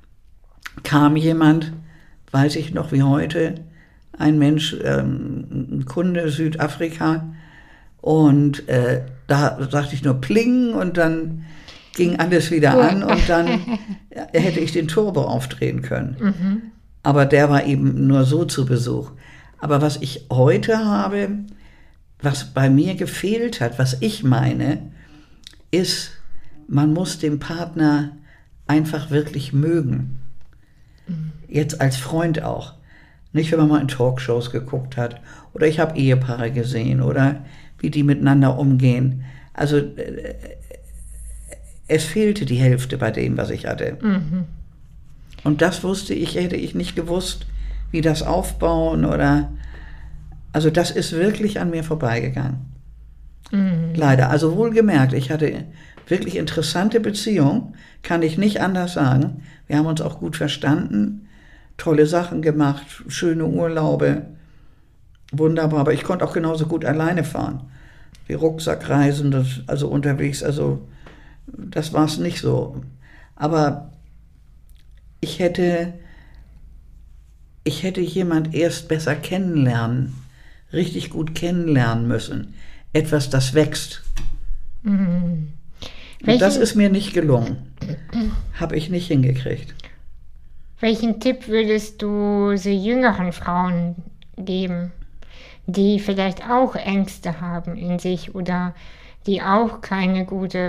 kam jemand, weiß ich noch wie heute, ein Mensch, ähm, ein Kunde Südafrika, und äh, da sagte ich nur Pling und dann ging alles wieder an und dann hätte ich den Turbo aufdrehen können. Mhm. Aber der war eben nur so zu Besuch. Aber was ich heute habe, was bei mir gefehlt hat, was ich meine, ist, man muss den Partner einfach wirklich mögen. Mhm. Jetzt als Freund auch. Nicht, wenn man mal in Talkshows geguckt hat. Oder ich habe Ehepaare gesehen oder wie die miteinander umgehen. Also äh, es fehlte die Hälfte bei dem, was ich hatte. Mhm. Und das wusste ich, hätte ich nicht gewusst, wie das aufbauen oder... Also das ist wirklich an mir vorbeigegangen. Mhm. Leider. Also wohlgemerkt, ich hatte wirklich interessante Beziehungen, kann ich nicht anders sagen. Wir haben uns auch gut verstanden, tolle Sachen gemacht, schöne Urlaube, wunderbar. Aber ich konnte auch genauso gut alleine fahren. Die Rucksackreisen, das, also unterwegs, also das war es nicht so. Aber ich hätte, ich hätte jemand erst besser kennenlernen, richtig gut kennenlernen müssen. Etwas, das wächst. Mhm. Und das ist mir nicht gelungen. Habe ich nicht hingekriegt. Welchen Tipp würdest du so jüngeren Frauen geben, die vielleicht auch Ängste haben in sich oder die auch keine gute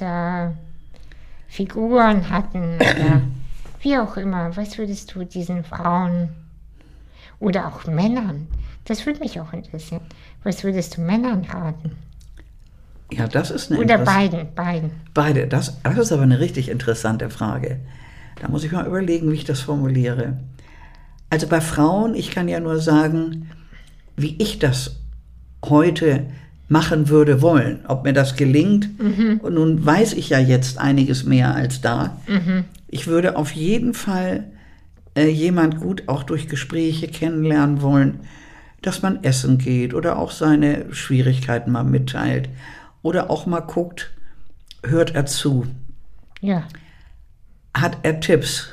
Vaterfiguren hatten oder wie auch immer? Was würdest du diesen Frauen oder auch Männern, das würde mich auch interessieren, was würdest du Männern raten? Ja, das ist eine Oder beiden, beiden. Beide, das, das ist aber eine richtig interessante Frage. Da muss ich mal überlegen, wie ich das formuliere. Also bei Frauen, ich kann ja nur sagen, wie ich das heute machen würde wollen. Ob mir das gelingt, mhm. Und nun weiß ich ja jetzt einiges mehr als da. Mhm. Ich würde auf jeden Fall äh, jemand gut auch durch Gespräche kennenlernen wollen, dass man essen geht oder auch seine Schwierigkeiten mal mitteilt oder auch mal guckt, hört er zu? Ja. Hat er Tipps?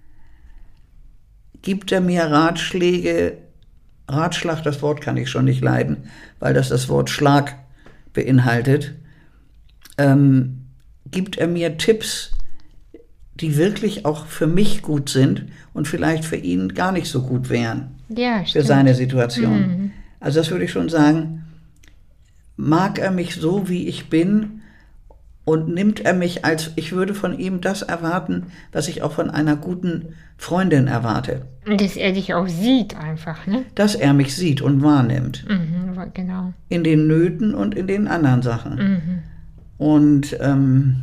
Gibt er mir Ratschläge? Ratschlag, das Wort kann ich schon nicht leiden, weil das das Wort Schlag beinhaltet. Ähm, gibt er mir Tipps, die wirklich auch für mich gut sind und vielleicht für ihn gar nicht so gut wären, ja, für seine Situation. Mhm. Also das würde ich schon sagen, mag er mich so, wie ich bin und nimmt er mich als, ich würde von ihm das erwarten, was ich auch von einer guten Freundin erwarte. Und dass er dich auch sieht einfach, ne? Dass er mich sieht und wahrnimmt. Mhm, genau. In den Nöten und in den anderen Sachen. Mhm. Und ähm,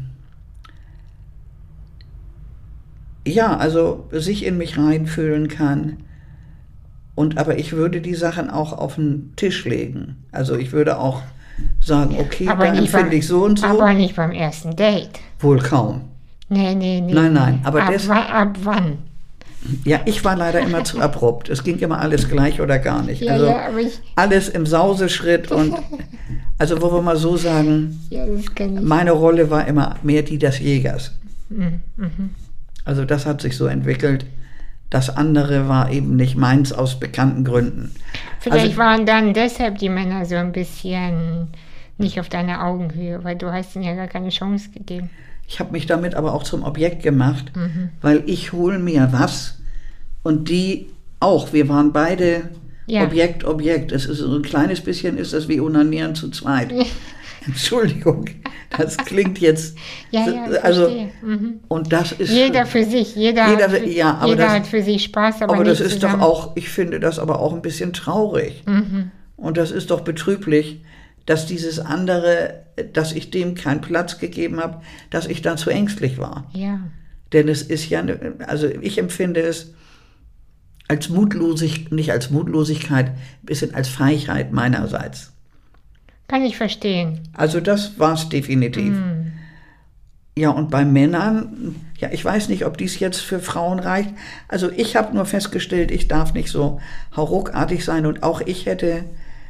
ja, also sich in mich reinfühlen kann. Und aber ich würde die Sachen auch auf den Tisch legen. Also ich würde auch sagen, okay, aber da empfinde beim, ich so und so. Aber nicht beim ersten Date. Wohl kaum. Nee, nee, nee. Nein, nein. Aber ab, des, ab wann? Ja, ich war leider immer zu abrupt. Es ging immer alles gleich oder gar nicht. Ja, also ja, aber ich, alles im Sauseschritt und also wo wir mal so sagen, ja, das kann ich. Meine Rolle war immer mehr die des Jägers. Mhm. Mhm. Also das hat sich so entwickelt. Das andere war eben nicht meins aus bekannten Gründen. Vielleicht also, waren dann deshalb die Männer so ein bisschen nicht auf deiner Augenhöhe, weil du hast ihnen ja gar keine Chance gegeben. Ich habe mich damit aber auch zum Objekt gemacht, mhm. weil ich hole mir was und die auch. Wir waren beide ja. Objekt, Objekt. Es ist so ein kleines bisschen, ist das wie Onanieren zu zweit. Entschuldigung, das klingt jetzt... ja, ja, ich also verstehe. Mhm. Und das ist... Jeder für sich, jeder, jeder, hat, für, ja, aber jeder das, hat für sich Spaß, aber, aber nicht das ist zusammen. doch auch, ich finde das aber auch ein bisschen traurig. Mhm. Und das ist doch betrüblich, dass dieses andere, dass ich dem keinen Platz gegeben habe, dass ich dann zu ängstlich war. Ja. Denn es ist ja, also ich empfinde es als Mutlosig, nicht als Mutlosigkeit, ein bisschen als Feigheit meinerseits. Kann ich verstehen. Also das war es definitiv. Mm. Ja, und bei Männern, ja, ich weiß nicht, ob dies jetzt für Frauen reicht. Also ich habe nur festgestellt, ich darf nicht so hauruckartig sein und auch ich hätte,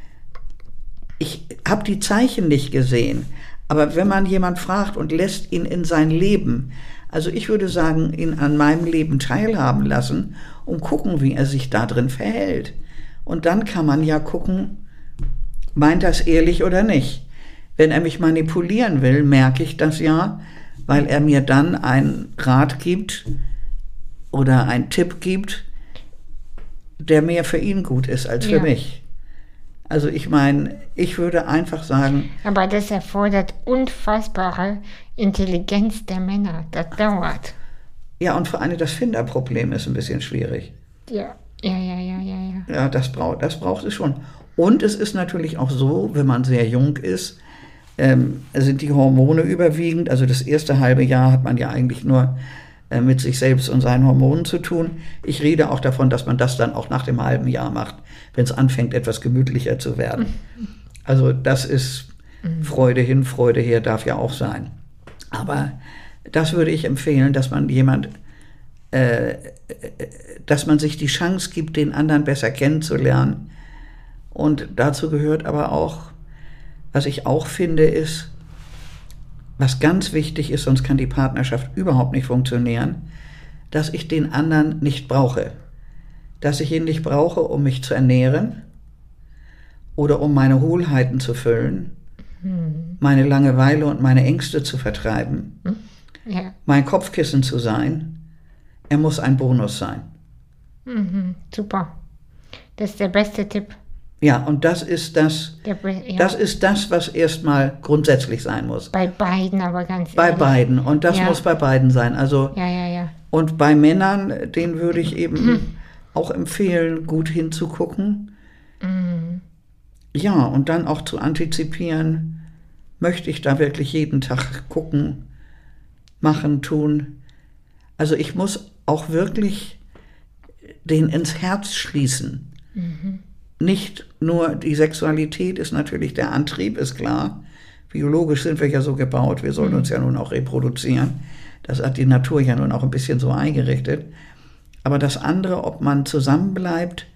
ich habe die Zeichen nicht gesehen. Aber wenn man jemand fragt und lässt ihn in sein Leben, also ich würde sagen, ihn an meinem Leben teilhaben lassen und gucken, wie er sich da drin verhält. Und dann kann man ja gucken, meint das ehrlich oder nicht. Wenn er mich manipulieren will, merke ich das ja, weil er mir dann einen Rat gibt oder einen Tipp gibt, der mehr für ihn gut ist als für Ja. mich. Also ich meine, ich würde einfach sagen... Aber das erfordert unfassbare Intelligenz der Männer. Das dauert. Ja, und vor allem das Finderproblem ist ein bisschen schwierig. Ja, ja, ja, ja, ja. ja. Ja, das braucht, das braucht es schon. Und es ist natürlich auch so, wenn man sehr jung ist, ähm, sind die Hormone überwiegend. Also das erste halbe Jahr hat man ja eigentlich nur äh, mit sich selbst und seinen Hormonen zu tun. Ich rede auch davon, dass man das dann auch nach dem halben Jahr macht, wenn es anfängt, etwas gemütlicher zu werden. Also das ist Freude hin, Freude her, darf ja auch sein. Aber das würde ich empfehlen, dass man jemand, äh, dass man sich die Chance gibt, den anderen besser kennenzulernen. Und dazu gehört aber auch, was ich auch finde, ist, was ganz wichtig ist, sonst kann die Partnerschaft überhaupt nicht funktionieren, dass ich den anderen nicht brauche. Dass ich ihn nicht brauche, um mich zu ernähren oder um meine Hohlheiten zu füllen, hm. meine Langeweile und meine Ängste zu vertreiben, hm. ja. mein Kopfkissen zu sein. Er muss ein Bonus sein. Mhm, super. Das ist der beste Tipp. Ja, und das ist das, Der, ja. das ist das, was erstmal grundsätzlich sein muss. Bei beiden, aber ganz Bei ehrlich. beiden. Und das ja. muss bei beiden sein. Also, ja, ja, ja. Und bei Männern, denen würde ich eben mhm. auch empfehlen, gut hinzugucken. Mhm. Ja, und dann auch zu antizipieren, möchte ich da wirklich jeden Tag gucken, machen, tun. Also ich muss auch wirklich den ins Herz schließen. Mhm. Nicht nur die Sexualität ist natürlich der Antrieb, ist klar. Biologisch sind wir ja so gebaut, wir sollen mhm. uns ja nun auch reproduzieren. Das hat die Natur ja nun auch ein bisschen so eingerichtet. Aber das andere, ob man zusammenbleibt,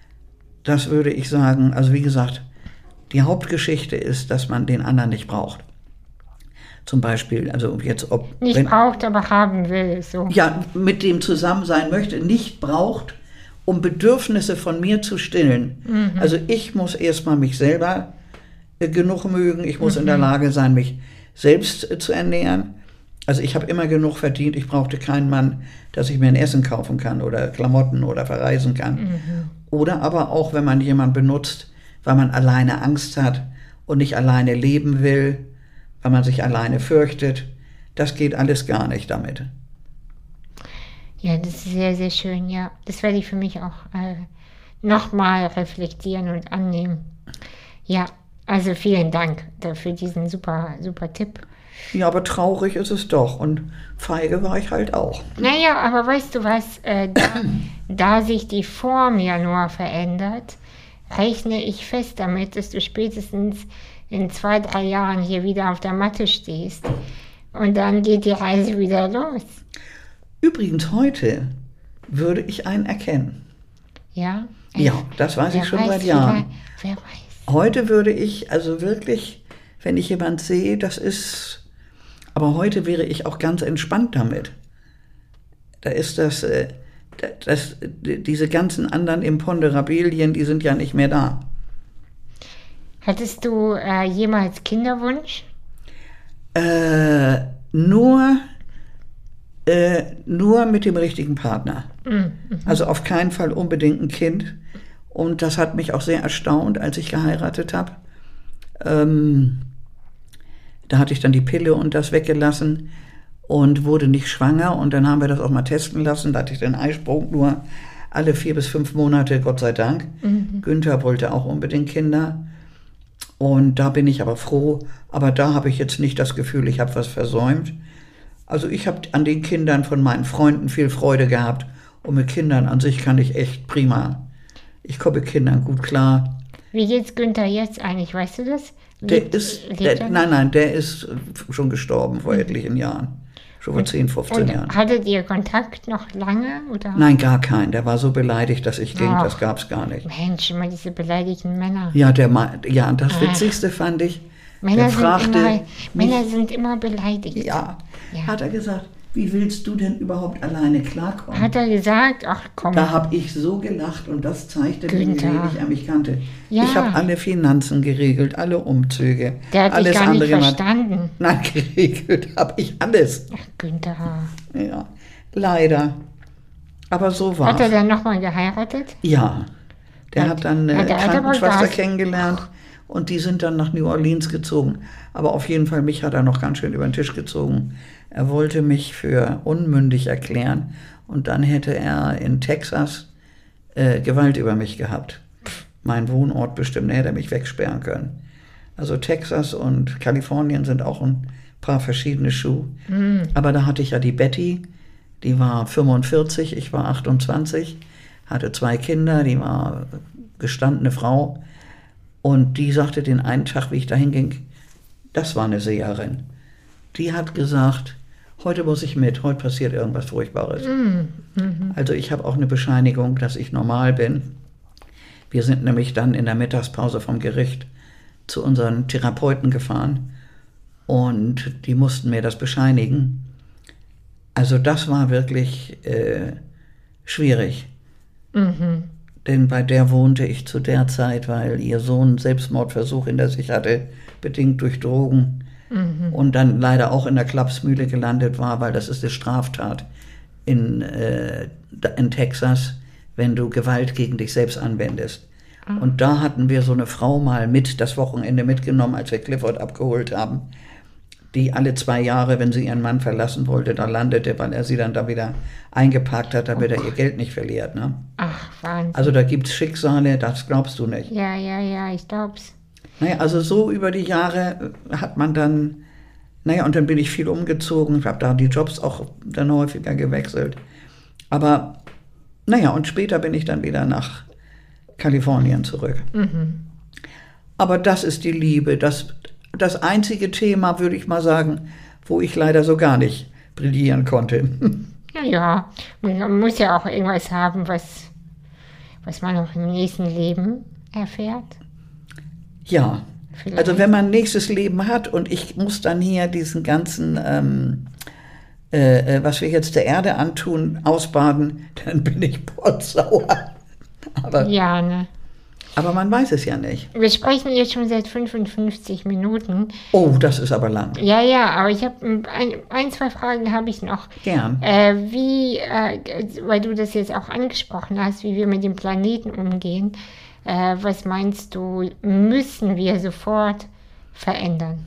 das würde ich sagen, also wie gesagt, die Hauptgeschichte ist, dass man den anderen nicht braucht. Zum Beispiel, also jetzt ob... Nicht wenn, braucht, aber haben will. So. Ja, mit dem zusammen sein möchte, nicht braucht, um Bedürfnisse von mir zu stillen. Mhm. Also ich muss erstmal mich selber äh, genug mögen, ich muss mhm. in der Lage sein, mich selbst äh, zu ernähren. Also ich habe immer genug verdient, ich brauchte keinen Mann, dass ich mir ein Essen kaufen kann oder Klamotten oder verreisen kann. Mhm. Oder aber auch, wenn man jemanden benutzt, weil man alleine Angst hat und nicht alleine leben will, weil man sich alleine fürchtet, das geht alles gar nicht damit. Ja, das ist sehr, sehr schön, ja. Das werde ich für mich auch äh, nochmal reflektieren und annehmen. Ja, also vielen Dank für diesen super, super Tipp. Ja, aber traurig ist es doch und feige war ich halt auch. Naja, aber weißt du was, äh, da, da sich die Form ja nur verändert, rechne ich fest damit, dass du spätestens in zwei, drei Jahren hier wieder auf der Matte stehst und dann geht die Reise wieder los. Übrigens, heute würde ich einen erkennen. Ja? Ja, das weiß wer ich schon weiß, seit Jahren. Wer, wer weiß. Heute würde ich, also wirklich, wenn ich jemanden sehe, das ist, aber heute wäre ich auch ganz entspannt damit. Da ist das, äh, das, diese ganzen anderen Imponderabilien, die sind ja nicht mehr da. Hattest du äh, jemals Kinderwunsch? Äh, nur... Äh, nur mit dem richtigen Partner. Mhm. Also auf keinen Fall unbedingt ein Kind. Und das hat mich auch sehr erstaunt, als ich geheiratet habe. Ähm, da hatte ich dann die Pille und das weggelassen und wurde nicht schwanger. Und dann haben wir das auch mal testen lassen. Da hatte ich den Eisprung nur alle vier bis fünf Monate, Gott sei Dank. Mhm. Günther wollte auch unbedingt Kinder. Und da bin ich aber froh. Aber da habe ich jetzt nicht das Gefühl, ich habe was versäumt. Also ich habe an den Kindern von meinen Freunden viel Freude gehabt. Und mit Kindern an sich kann ich echt prima. Ich komme mit Kindern gut klar. Wie geht's Günther jetzt eigentlich, weißt du das? Der Lebt, ist, lebt der, er nein, nein, der ist schon gestorben vor etlichen Jahren. Schon vor zehn, fünfzehn und Jahren. Hattet ihr Kontakt noch lange? Oder? Nein, gar keinen. Der war so beleidigt, dass ich denke, Ach. das gab's gar nicht. Mensch, immer diese beleidigten Männer. Ja, der, Ma- ja, und das Ach. Witzigste fand ich, Männer, der sind fragte immer, mich, Männer sind immer beleidigt. ja, Ja. hat er gesagt, wie willst du denn überhaupt alleine klarkommen? Hat er gesagt, ach komm. Da habe ich so gelacht und das zeigte mir, wie Günther. wenig er mich kannte. Ja. Ich habe alle Finanzen geregelt, alle Umzüge, Der hat dich alles gar nicht andere. gemacht. verstanden. Nein, geregelt habe ich alles. Ach, Günther. Ja, leider. Aber so war Hat er es. dann nochmal geheiratet? Ja, der Hat- hat dann eine hat er- hat er aber Krankenschwester Gas- kennengelernt und die sind dann nach New Orleans gezogen. Aber auf jeden Fall, mich hat er noch ganz schön über den Tisch gezogen. Er wollte mich für unmündig erklären und dann hätte er in Texas äh, Gewalt über mich gehabt. Mein Wohnort bestimmt, er hätte mich wegsperren können. Also Texas und Kalifornien sind auch ein paar verschiedene Schuhe. Mhm. Aber da hatte ich ja die Betty, die war fünfundvierzig, ich war achtundzwanzig, hatte zwei Kinder, die war gestandene Frau. Und die sagte den einen Tag, wie ich dahin ging, das war eine Seherin. Die hat gesagt, heute muss ich mit, heute passiert irgendwas Furchtbares. Mhm. Mhm. Also ich habe auch eine Bescheinigung, dass ich normal bin. Wir sind nämlich dann in der Mittagspause vom Gericht zu unseren Therapeuten gefahren und die mussten mir das bescheinigen. Also das war wirklich äh, schwierig. Mhm. Denn bei der wohnte ich zu der Zeit, weil ihr Sohn einen Selbstmordversuch hinter sich hatte, bedingt durch Drogen. Mhm. Und dann leider auch in der Klapsmühle gelandet war, weil das ist eine Straftat in, äh, in Texas, wenn du Gewalt gegen dich selbst anwendest. Ah. Und da hatten wir so eine Frau mal mit das Wochenende mitgenommen, als wir Clifford abgeholt haben, die alle zwei Jahre, wenn sie ihren Mann verlassen wollte, da landete, weil er sie dann da wieder eingeparkt hat, damit er ihr Geld nicht verliert. Ne? Ach, Wahnsinn. Also da gibt es Schicksale, das glaubst du nicht. Ja, ja, ja, ich glaub's. Naja, also so über die Jahre hat man dann, naja, und dann bin ich viel umgezogen, ich habe da die Jobs auch dann häufiger gewechselt. Aber, naja, und später bin ich dann wieder nach Kalifornien zurück. Mhm. Aber das ist die Liebe, das, das einzige Thema, würde ich mal sagen, wo ich leider so gar nicht brillieren konnte. Ja, ja, man muss ja auch irgendwas haben, was, was man noch im nächsten Leben erfährt. Ja, Vielleicht. also wenn man ein nächstes Leben hat und ich muss dann hier diesen ganzen, ähm, äh, was wir jetzt der Erde antun, ausbaden, dann bin ich potzsauer. Aber, Ja, ne? aber man weiß es ja nicht. Wir sprechen jetzt schon seit fünfundfünfzig Minuten. Oh, das ist aber lang. Ja, ja, aber ich habe ein, ein, zwei Fragen habe ich noch. Gern. Äh, wie, äh, weil du das jetzt auch angesprochen hast, wie wir mit dem Planeten umgehen. Äh, was meinst du, müssen wir sofort verändern?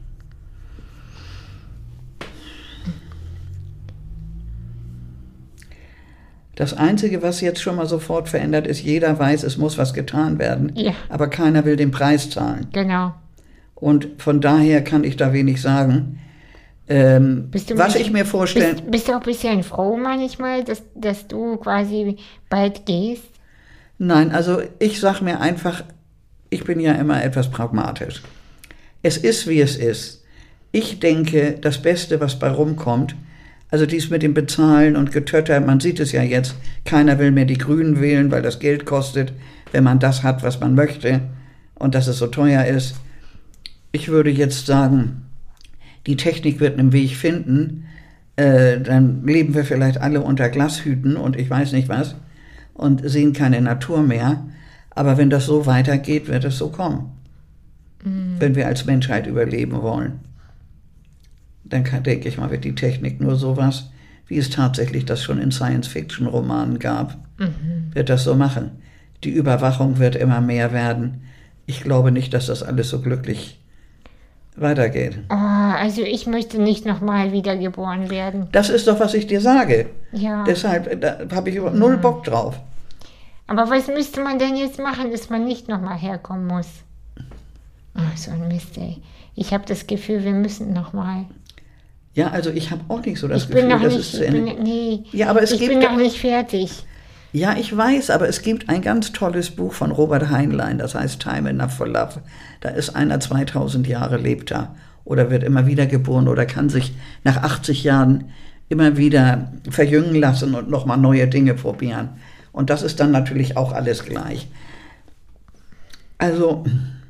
Das Einzige, was jetzt schon mal sofort verändert ist, jeder weiß, es muss was getan werden, Ja. aber keiner will den Preis zahlen. Genau. Und von daher kann ich da wenig sagen. Ähm, Bist du was nicht- ich mir vorstelle, Bist, bist du auch ein bisschen froh manchmal, dass, dass du quasi bald gehst? nein, also ich sage mir einfach, ich bin ja immer etwas pragmatisch. Es ist, wie es ist. Ich denke, das Beste, was bei rumkommt, also dies mit dem Bezahlen und Getötter, man sieht es ja jetzt, keiner will mehr die Grünen wählen, weil das Geld kostet, wenn man das hat, was man möchte und dass es so teuer ist. Ich würde jetzt sagen, die Technik wird einen Weg finden, äh, dann leben wir vielleicht alle unter Glashüten und ich weiß nicht was und sehen keine Natur mehr. Aber wenn das so weitergeht, wird es so kommen. Mhm. Wenn wir als Menschheit überleben wollen. Dann kann, denke ich mal, wird die Technik nur sowas, wie es tatsächlich das schon in Science-Fiction-Romanen gab, mhm. wird das so machen. Die Überwachung wird immer mehr werden. Ich glaube nicht, dass das alles so glücklich weitergeht. Oh, also ich möchte nicht nochmal wiedergeboren werden. Das ist doch, was ich dir sage. Ja. Deshalb da habe ich null Bock drauf. Aber was müsste man denn jetzt machen, dass man nicht nochmal herkommen muss? Ach, so ein Mist, ey. Ich habe das Gefühl, wir müssen nochmal. Ja, also ich habe auch nicht so das ich Gefühl, bin noch dass nicht, es zu ich Ende. bin, nee, Ja, aber es ich gibt bin doch- noch nicht fertig. Ja, ich weiß, aber es gibt ein ganz tolles Buch von Robert Heinlein, das heißt Time Enough for Love. Da ist einer zweitausend Jahre, lebt da oder wird immer wieder geboren oder kann sich nach achtzig Jahren immer wieder verjüngen lassen und nochmal neue Dinge probieren. Und das ist dann natürlich auch alles gleich. Also,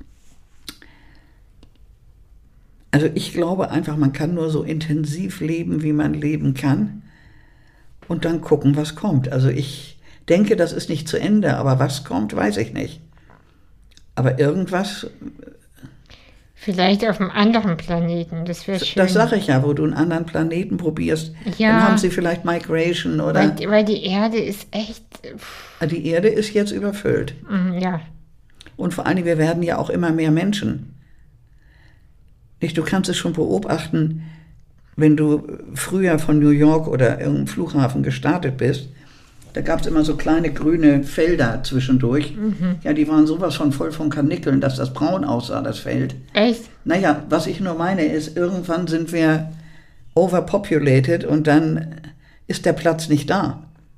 also ich glaube einfach, man kann nur so intensiv leben, wie man leben kann und dann gucken, was kommt. Also ich denke, das ist nicht zu Ende, aber was kommt, weiß ich nicht. Aber irgendwas, Vielleicht auf einem anderen Planeten, das wäre schön. das sage ich ja, wo du einen anderen Planeten probierst, Ja. dann haben sie vielleicht Migration oder weil, weil die Erde ist echt, pff, die Erde ist jetzt überfüllt. mm, ja, Und vor allem, wir werden ja auch immer mehr Menschen. Nicht, du kannst es schon beobachten, wenn du früher von New York oder irgendeinem Flughafen gestartet bist, da gab es immer so kleine grüne Felder zwischendurch. Mhm. Ja, die waren sowas von voll von Karnickeln, dass das braun aussah, das Feld. echt. Naja, was ich nur meine ist, irgendwann sind wir overpopulated und dann ist der Platz nicht da.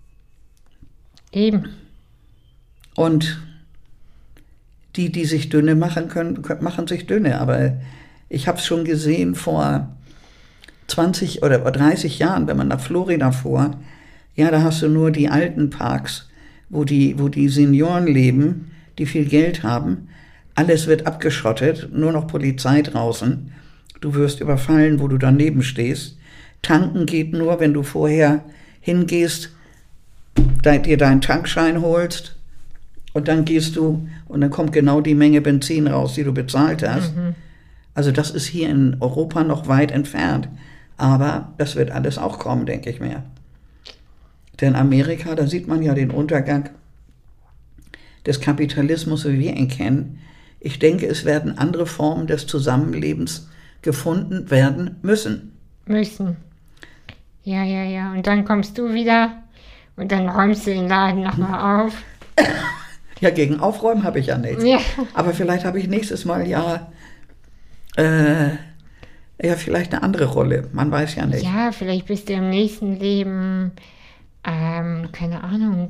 Eben. Und die, die sich dünne machen können, machen sich dünne. Aber ich habe es schon gesehen vor zwanzig oder dreißig Jahren, wenn man nach Florida fuhr. Ja, da hast du nur die alten Parks, wo die, wo die Senioren leben, die viel Geld haben. Alles wird abgeschottet, nur noch Polizei draußen. Du wirst überfallen, wo du daneben stehst. Tanken geht nur, wenn du vorher hingehst, dir deinen Tankschein holst und dann gehst du und dann kommt genau die Menge Benzin raus, die du bezahlt hast. Mhm. Also das ist hier in Europa noch weit entfernt. Aber das wird alles auch kommen, denke ich mir. Denn Amerika, da sieht man ja den Untergang des Kapitalismus, wie wir ihn kennen. Ich denke, es werden andere Formen des Zusammenlebens gefunden werden müssen. Müssen. Ja, ja, ja. Und dann kommst du wieder und dann räumst du den Laden nochmal auf. Ja, gegen Aufräumen habe ich ja nichts. Ja. Aber vielleicht habe ich nächstes Mal ja, äh, ja vielleicht eine andere Rolle. Man weiß ja nicht. Ja, vielleicht bist du im nächsten Leben, ähm, keine Ahnung.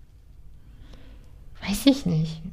Weiß ich nicht.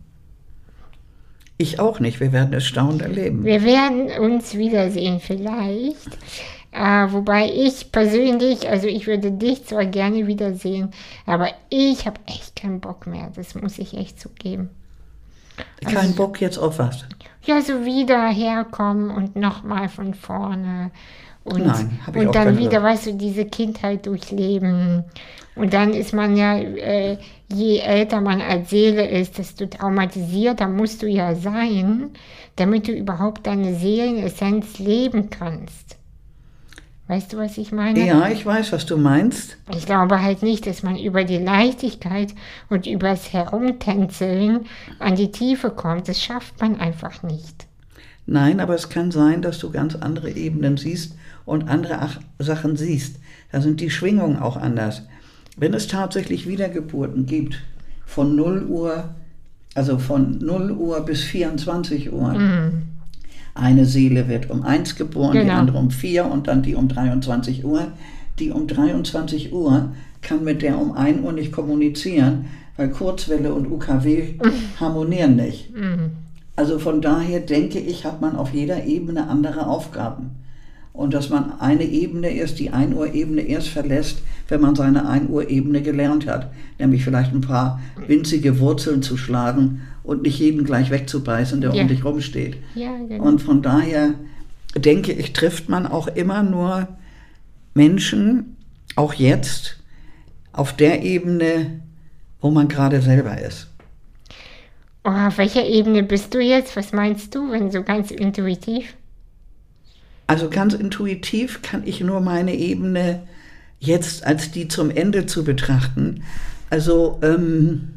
Ich auch nicht. Wir werden es staunend erleben. Wir werden uns wiedersehen vielleicht. Äh, wobei ich persönlich, also ich würde dich zwar gerne wiedersehen, aber ich habe echt keinen Bock mehr. Das muss ich echt zugeben. Kein Also- Bock jetzt auf was? Ja, so wieder herkommen und nochmal von vorne. Und, Nein, hab ich auch und dann keine wieder, Lust. weißt du, diese Kindheit durchleben. Und dann ist man ja, äh, je älter man als Seele ist, desto traumatisierter musst du ja sein, damit du überhaupt deine Seelenessenz leben kannst. Weißt du, was ich meine? Ja, ich weiß, was du meinst. Ich glaube halt nicht, dass man über die Leichtigkeit und übers Herumtänzeln an die Tiefe kommt. Das schafft man einfach nicht. Nein, aber es kann sein, dass du ganz andere Ebenen siehst und andere Ach- Sachen siehst. Da sind die Schwingungen auch anders. Wenn es tatsächlich Wiedergeburten gibt, von null Uhr, also von null Uhr bis vierundzwanzig Uhr, Mhm. eine Seele wird um eins geboren, die Genau. andere um vier und dann die um dreiundzwanzig Uhr. Die um dreiundzwanzig Uhr kann mit der um ein Uhr nicht kommunizieren, weil Kurzwelle und U K W harmonieren nicht. Mhm. Also von daher denke ich, hat man auf jeder Ebene andere Aufgaben. Und dass man eine Ebene erst, die ein Uhr Ebene erst verlässt, wenn man seine ein Uhr Ebene gelernt hat. Nämlich vielleicht ein paar winzige Wurzeln zu schlagen und nicht jeden gleich wegzubeißen, der Ja. um dich rumsteht. Ja, genau. Und von daher denke ich, trifft man auch immer nur Menschen, auch jetzt, auf der Ebene, wo man gerade selber ist. Oh, auf welcher Ebene bist du jetzt? Was meinst du, wenn so ganz intuitiv? Also ganz intuitiv kann ich nur meine Ebene jetzt als die zum Ende zu betrachten. Also ähm,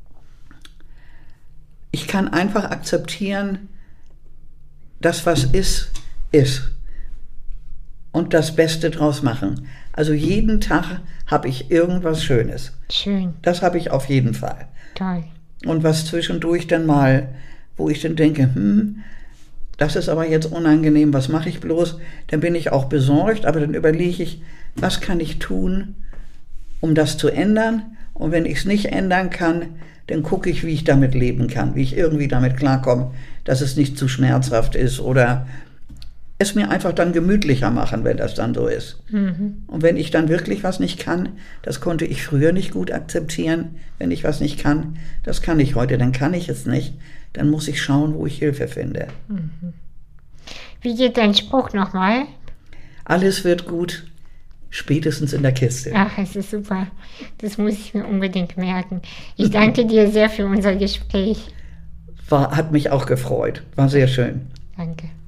ich kann einfach akzeptieren, das was ist, ist. Und das Beste draus machen. Also jeden Tag habe ich irgendwas Schönes. Schön, Das habe ich auf jeden Fall. toll. Und was zwischendurch dann mal, wo ich dann denke, hm, das ist aber jetzt unangenehm, was mache ich bloß? Dann bin ich auch besorgt, aber dann überlege ich, was kann ich tun, um das zu ändern? Und wenn ich es nicht ändern kann, dann gucke ich, wie ich damit leben kann, wie ich irgendwie damit klarkomme, dass es nicht zu schmerzhaft ist oder es mir einfach dann gemütlicher machen, wenn das dann so ist. Mhm. Und wenn ich dann wirklich was nicht kann, das konnte ich früher nicht gut akzeptieren, wenn ich was nicht kann, das kann ich heute, dann kann ich es nicht, dann muss ich schauen, wo ich Hilfe finde. Mhm. Wie geht dein Spruch nochmal? Alles wird gut, spätestens in der Kiste. Ach, es ist super. Das muss ich mir unbedingt merken. Ich danke dir sehr für unser Gespräch. War, hat mich auch gefreut. War sehr schön. Danke.